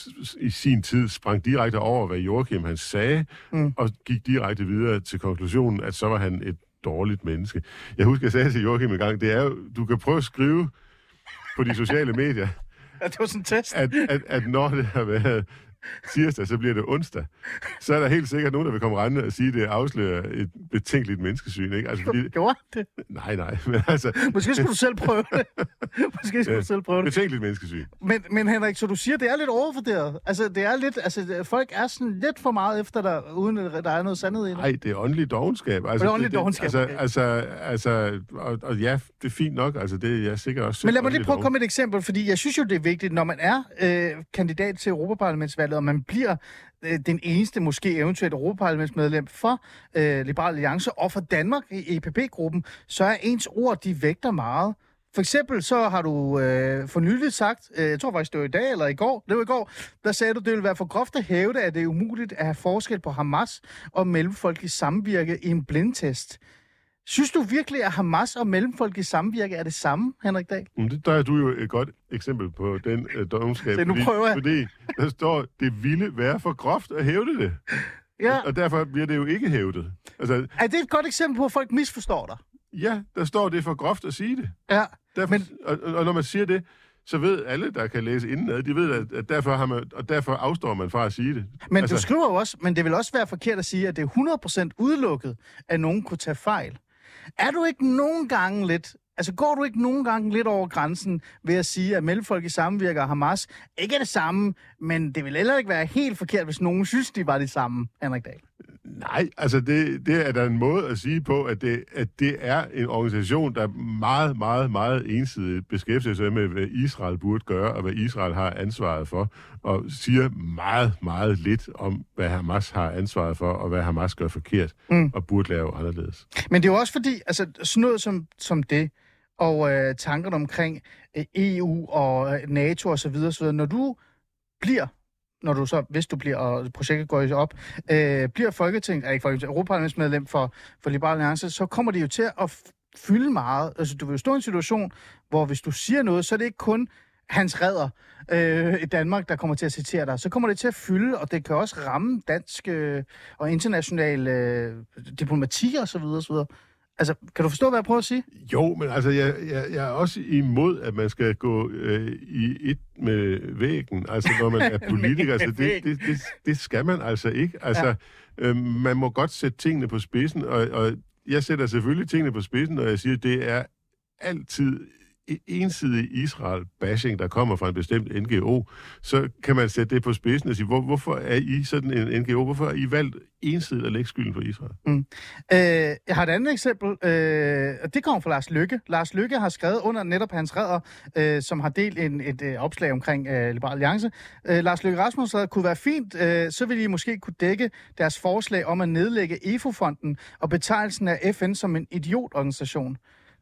i sin tid sprang direkte over, hvad Joachim han sagde, mm. og gik direkte videre til konklusionen, at så var han et dårligt menneske. Jeg husker, jeg sagde til Joachim en gang, det er jo, du kan prøve at skrive på de sociale medier, ja, det var sådan en test. At, at, at når det har været tirsdag, så bliver det onsdag. Så er der helt sikkert nogen, der vil komme rendende og sige, at det afslører et betænkeligt menneskesyn, ikke? Altså, fordi... Gjorde det? Nej, nej. Men altså... Måske skulle du selv prøve det. Måske skulle ja, du selv prøve det. Betænkeligt menneskesyn. Men, men Henrik, så du siger, det er lidt overvurderet. Altså, det er lidt... Altså, folk er sådan lidt for meget efter dig, uden at der er noget sandhed i det. Nej, det er åndelig dovenskab. Altså, det er åndelig dovenskab. Altså, okay. altså, altså og, og ja, det er fint nok. Altså, det er jeg sikkert også... Men lad mig lige prøve at komme med et eksempel, fordi jeg synes jo, det er vigtigt, når man er øh, kandidat til Europaparlamentsvalget, og man bliver øh, den eneste, måske eventuelt Europaparlamentsmedlem for øh, Liberal Alliance og for Danmark i E P P-gruppen, så er ens ord, de vægter meget. For eksempel så har du øh, for nyligt sagt, øh, jeg tror faktisk det var i dag eller i går, det var i går, der sagde du, det ville være for groft at hævde, at det er umuligt at have forskel på Hamas og mellemfolkelig samvirke i en blindtest. Synes du virkelig, at Hamas og mellemfolkelig samvirke er det samme, Henrik Dahl? Det, der er du jo et godt eksempel på den øh, dovenskab. Så nu fordi, prøver jeg. Fordi der står, det ville være for groft at hævde det. Ja. Og, og derfor bliver det jo ikke hævdet. Altså, er det et godt eksempel på, at folk misforstår dig? Ja, der står, det er for groft at sige det. Ja, derfor, men... og, og når man siger det, så ved alle, der kan læse indenad, de ved, at, at derfor, har man, og derfor afstår man fra at sige det. Men altså... du skriver jo også, men det vil også være forkert at sige, at det er hundrede procent udelukket, at nogen kunne tage fejl. Er du ikke nogen gange lidt, altså går du ikke nogen gange lidt over grænsen ved at sige, at mellemfolkelig samvirke og Hamas ikke er det samme, men det vil heller ikke være helt forkert, hvis nogen synes, de var det samme, Henrik Dahl? Nej, altså det, det er der en måde at sige på, at det, at det er en organisation, der meget, meget, meget ensidigt beskæftiger sig med, hvad Israel burde gøre, og hvad Israel har ansvaret for, og siger meget, meget lidt om, hvad Hamas har ansvaret for, og hvad Hamas gør forkert, mm. og burde lave anderledes. Men det er jo også fordi, altså sådan noget som, som det, og øh, tankerne omkring øh, E U og øh, NATO osv., osv., når du bliver når du så, hvis du bliver, og projektet går op, øh, bliver Folketing, er ikke Folketing, Europaparlamentsmedlem for, for Liberal Alliance, så kommer det jo til at fylde meget. Altså, du vil jo stå i en situation, hvor hvis du siger noget, så er det ikke kun Hans Redder øh, i Danmark, der kommer til at citere dig. Så kommer det til at fylde, og det kan også ramme dansk øh, og international øh, diplomati og så videre, så videre. Altså, kan du forstå, hvad jeg prøver at sige? Jo, men altså, jeg, jeg, jeg er også imod, at man skal gå øh, i et med væggen. Altså, når man er politiker, så det, det, det, det skal man altså ikke. Altså, ja. øh, man må godt sætte tingene på spidsen, og, og jeg sætter selvfølgelig tingene på spidsen, når jeg siger, at det er altid ensidig Israel-bashing, der kommer fra en bestemt N G O, så kan man sætte det på spidsen og sige, hvor, hvorfor er I sådan en N G O? Hvorfor har I valgt ensidigt at lægge skylden på Israel? Mm. Øh, jeg har et andet eksempel, øh, og det kommer fra Lars Løkke. Lars Løkke har skrevet under netop Hans Redder, øh, som har delt en, et øh, opslag omkring øh, Liberal Alliance. Øh, Lars Løkke Rasmussen kunne være fint, øh, så ville I måske kunne dække deres forslag om at nedlægge E F O-fonden og betegnelsen af F N som en idiotorganisation.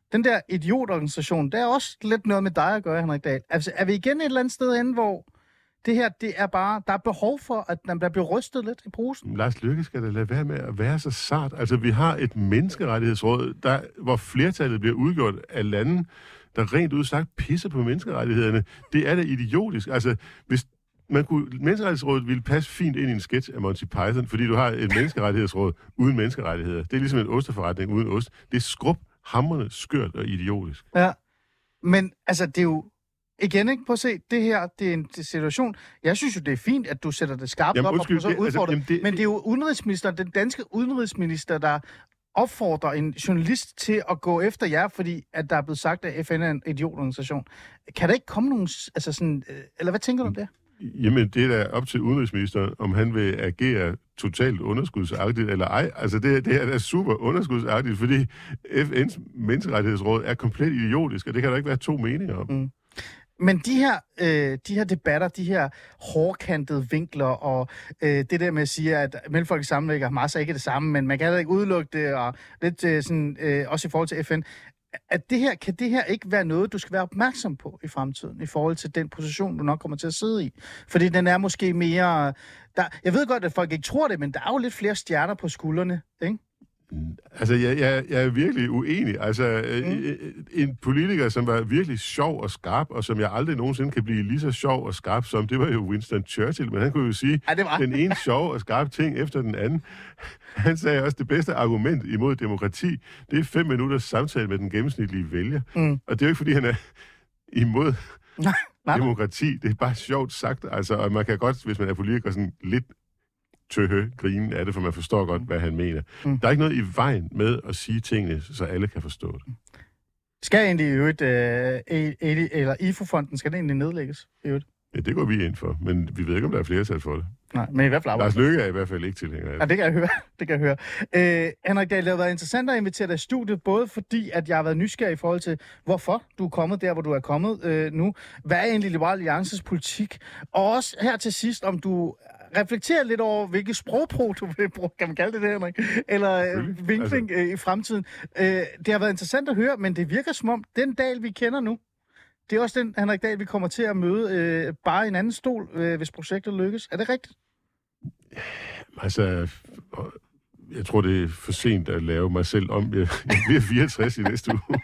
den der idiotorganisation, der er også lidt noget med dig at gøre, Henrik Dahl. Altså, er vi igen et eller andet sted henne, hvor det her, det er bare, der er behov for, at der bliver rystet lidt i posen? Lars Løkke skal da lade være med at være så sart. Altså, vi har et menneskerettighedsråd, der, hvor flertallet bliver udgjort af lande, der rent udsagt pisser på menneskerettighederne. Det er da idiotisk. Altså, hvis man kunne, menneskerettighedsrådet ville passe fint ind i en sketch af Monty Python, fordi du har et menneskerettighedsråd uden menneskerettigheder. Det er ligesom en osteforretning uden ost. Det er skrub, hamrende, skørt og idiotisk. Ja, men altså, det er jo igen, ikke? Prøv at se, det her, det er en situation. Jeg synes jo, det er fint, at du sætter det skarpt jamen, op undskyld, og så udfordrer. Altså, jamen, det, men det er jo udenrigsministeren, den danske udenrigsminister, der opfordrer en journalist til at gå efter jer, fordi at der er blevet sagt, at F N er en idiotorganisation. Kan der ikke komme nogen, altså sådan, eller hvad tænker du om det? Jamen, det er da op til udenrigsministeren, om han vil agere totalt underskudsagtigt eller ej. Altså, det, det er da super underskudsagtigt, fordi F N's menneskerettighedsråd er komplet idiotisk, og det kan der ikke være to meninger om. Mm. Men de her, øh, de her debatter, de her hårdkantede vinkler, og øh, det der med at sige, at Mellemfolkeligt Samvirke og Hamas er ikke det samme, men man kan heller ikke udelukke det, og lidt øh, sådan, øh, også i forhold til F N. At det her, kan det her ikke være noget, du skal være opmærksom på i fremtiden, i forhold til den position, du nok kommer til at sidde i? Fordi den er måske mere... Der, jeg ved godt, at folk ikke tror det, men der er jo lidt flere stjerner på skuldrene, ikke? Altså, jeg, jeg, jeg er virkelig uenig. Altså, mm. en politiker, som var virkelig sjov og skarp, og som jeg aldrig nogensinde kan blive lige så sjov og skarp som, det var jo Winston Churchill, men han kunne jo sige ja, den ene sjov og skarp ting efter den anden. Han sagde også, det bedste argument imod demokrati, det er fem minutters samtale med den gennemsnitlige vælger. Mm. Og det er jo ikke, fordi han er imod nej, nej. demokrati. Det er bare sjovt sagt. Altså, og man kan godt, hvis man er politiker, sådan lidt tøhø, grinen af det, for man forstår godt, hvad han mener. Mm. Der er ikke noget i vejen med at sige tingene, så alle kan forstå det. Skal egentlig i øvrigt, øh, eller I F O-fonden, skal den egentlig nedlægges i øvrigt? Ja, det går vi ind for, men vi ved ikke, om der er flertal for det. Nej, men i hvert fald... Lars Løkke er i hvert fald ikke tilhænger af det. Ja, det kan jeg høre. Det kan jeg høre. Øh, Henrik Dahl, det har været interessant at invitere dig i studiet, både fordi, at jeg har været nysgerrig i forhold til, hvorfor du er kommet der, hvor du er kommet øh, nu. Hvad er egentlig Liberal Alliances politik? Og også her til sidst, om du reflekterer lidt over, hvilket sprogbrug du vil bruge, kan man kalde det det, Henrik? Eller øh, vinkling altså... øh, i fremtiden. Øh, det har været interessant at høre, men det virker som om, den Dahl, vi kender nu, det er også den, Henrik Dahl, vi kommer til at møde øh, bare i en anden stol, øh, hvis projektet lykkes. Er det rigtigt? Altså, jeg tror, det er for sent at lave mig selv om. Jeg, jeg bliver fireogtres i næste uge.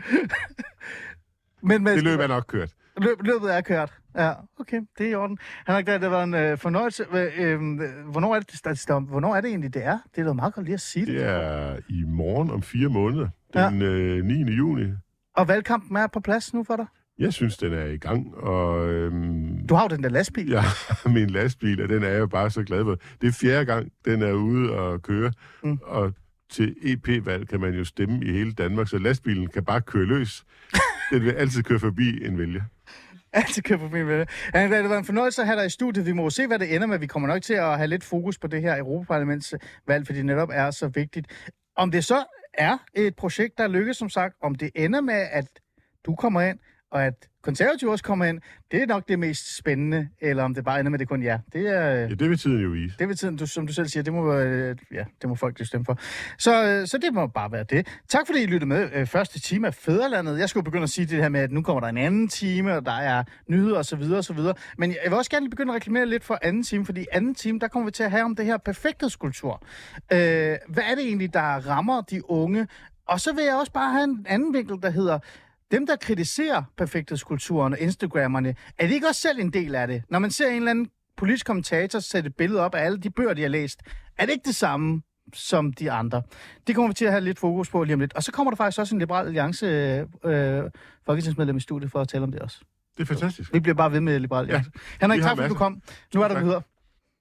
men, men, det løb er nok kørt. Løb, løbet er kørt. Ja, okay, det er i orden. Henrik Dahl, det var en øh, fornøjelse. Øh, hvornår, er det, der, hvornår er det egentlig, det er? Det er da meget godt lige at sige det. Det er i morgen om fire måneder, den ja. øh, niende juni. Og valgkampen er på plads nu for dig? Jeg synes, den er i gang, og... Øhm, du har jo den der lastbil. Ja, min lastbil, og den er jeg jo bare så glad for. Det er fjerde gang, den er ude og køre, mm. og til E P-valg kan man jo stemme i hele Danmark, så lastbilen kan bare køre løs. Den vil altid køre forbi en vælger. Altid køre forbi en vælger. Ja, det var en fornøjelse at have dig i studiet. Vi må se, hvad det ender med. Vi kommer nok til at have lidt fokus på det her Europaparlamentsvalg, fordi det netop er så vigtigt. Om det så er et projekt, der lykkes, som sagt, om det ender med, at du kommer ind, og at Konservative også kommer ind, det er nok det mest spændende, eller om det bare ender med det kun ja. Det er, ja, det vil tiden jo vise. Det vil tiden, du, som du selv siger, det må, øh, ja, det må folk jo stemme for. Så, øh, så det må bare være det. Tak fordi I lyttede med øh, første time af Fædrelandet. Jeg skulle begynde at sige det her med, at nu kommer der en anden time, og der er nyheder osv. osv. Men jeg vil også gerne begynde at reklamere lidt for anden time, fordi anden time, der kommer vi til at have om det her perfekthedskultur. Øh, hvad er det egentlig, der rammer de unge? Og så vil jeg også bare have en anden vinkel, der hedder... Dem, der kritiserer perfekthedskulturen og Instagrammerne, er det ikke også selv en del af det? Når man ser en eller anden politisk kommentator sætte et billede op af alle de bøger, de har læst, er det ikke det samme som de andre? Det kommer vi til at have lidt fokus på lige om lidt. Og så kommer der faktisk også en Liberal Alliance øh, folketingsmedlem i studiet for at tale om det også. Det er fantastisk. Vi bliver bare ved med Liberal Alliance. Ja, Henrik, tak fordi du kom. Nu er der nyheder.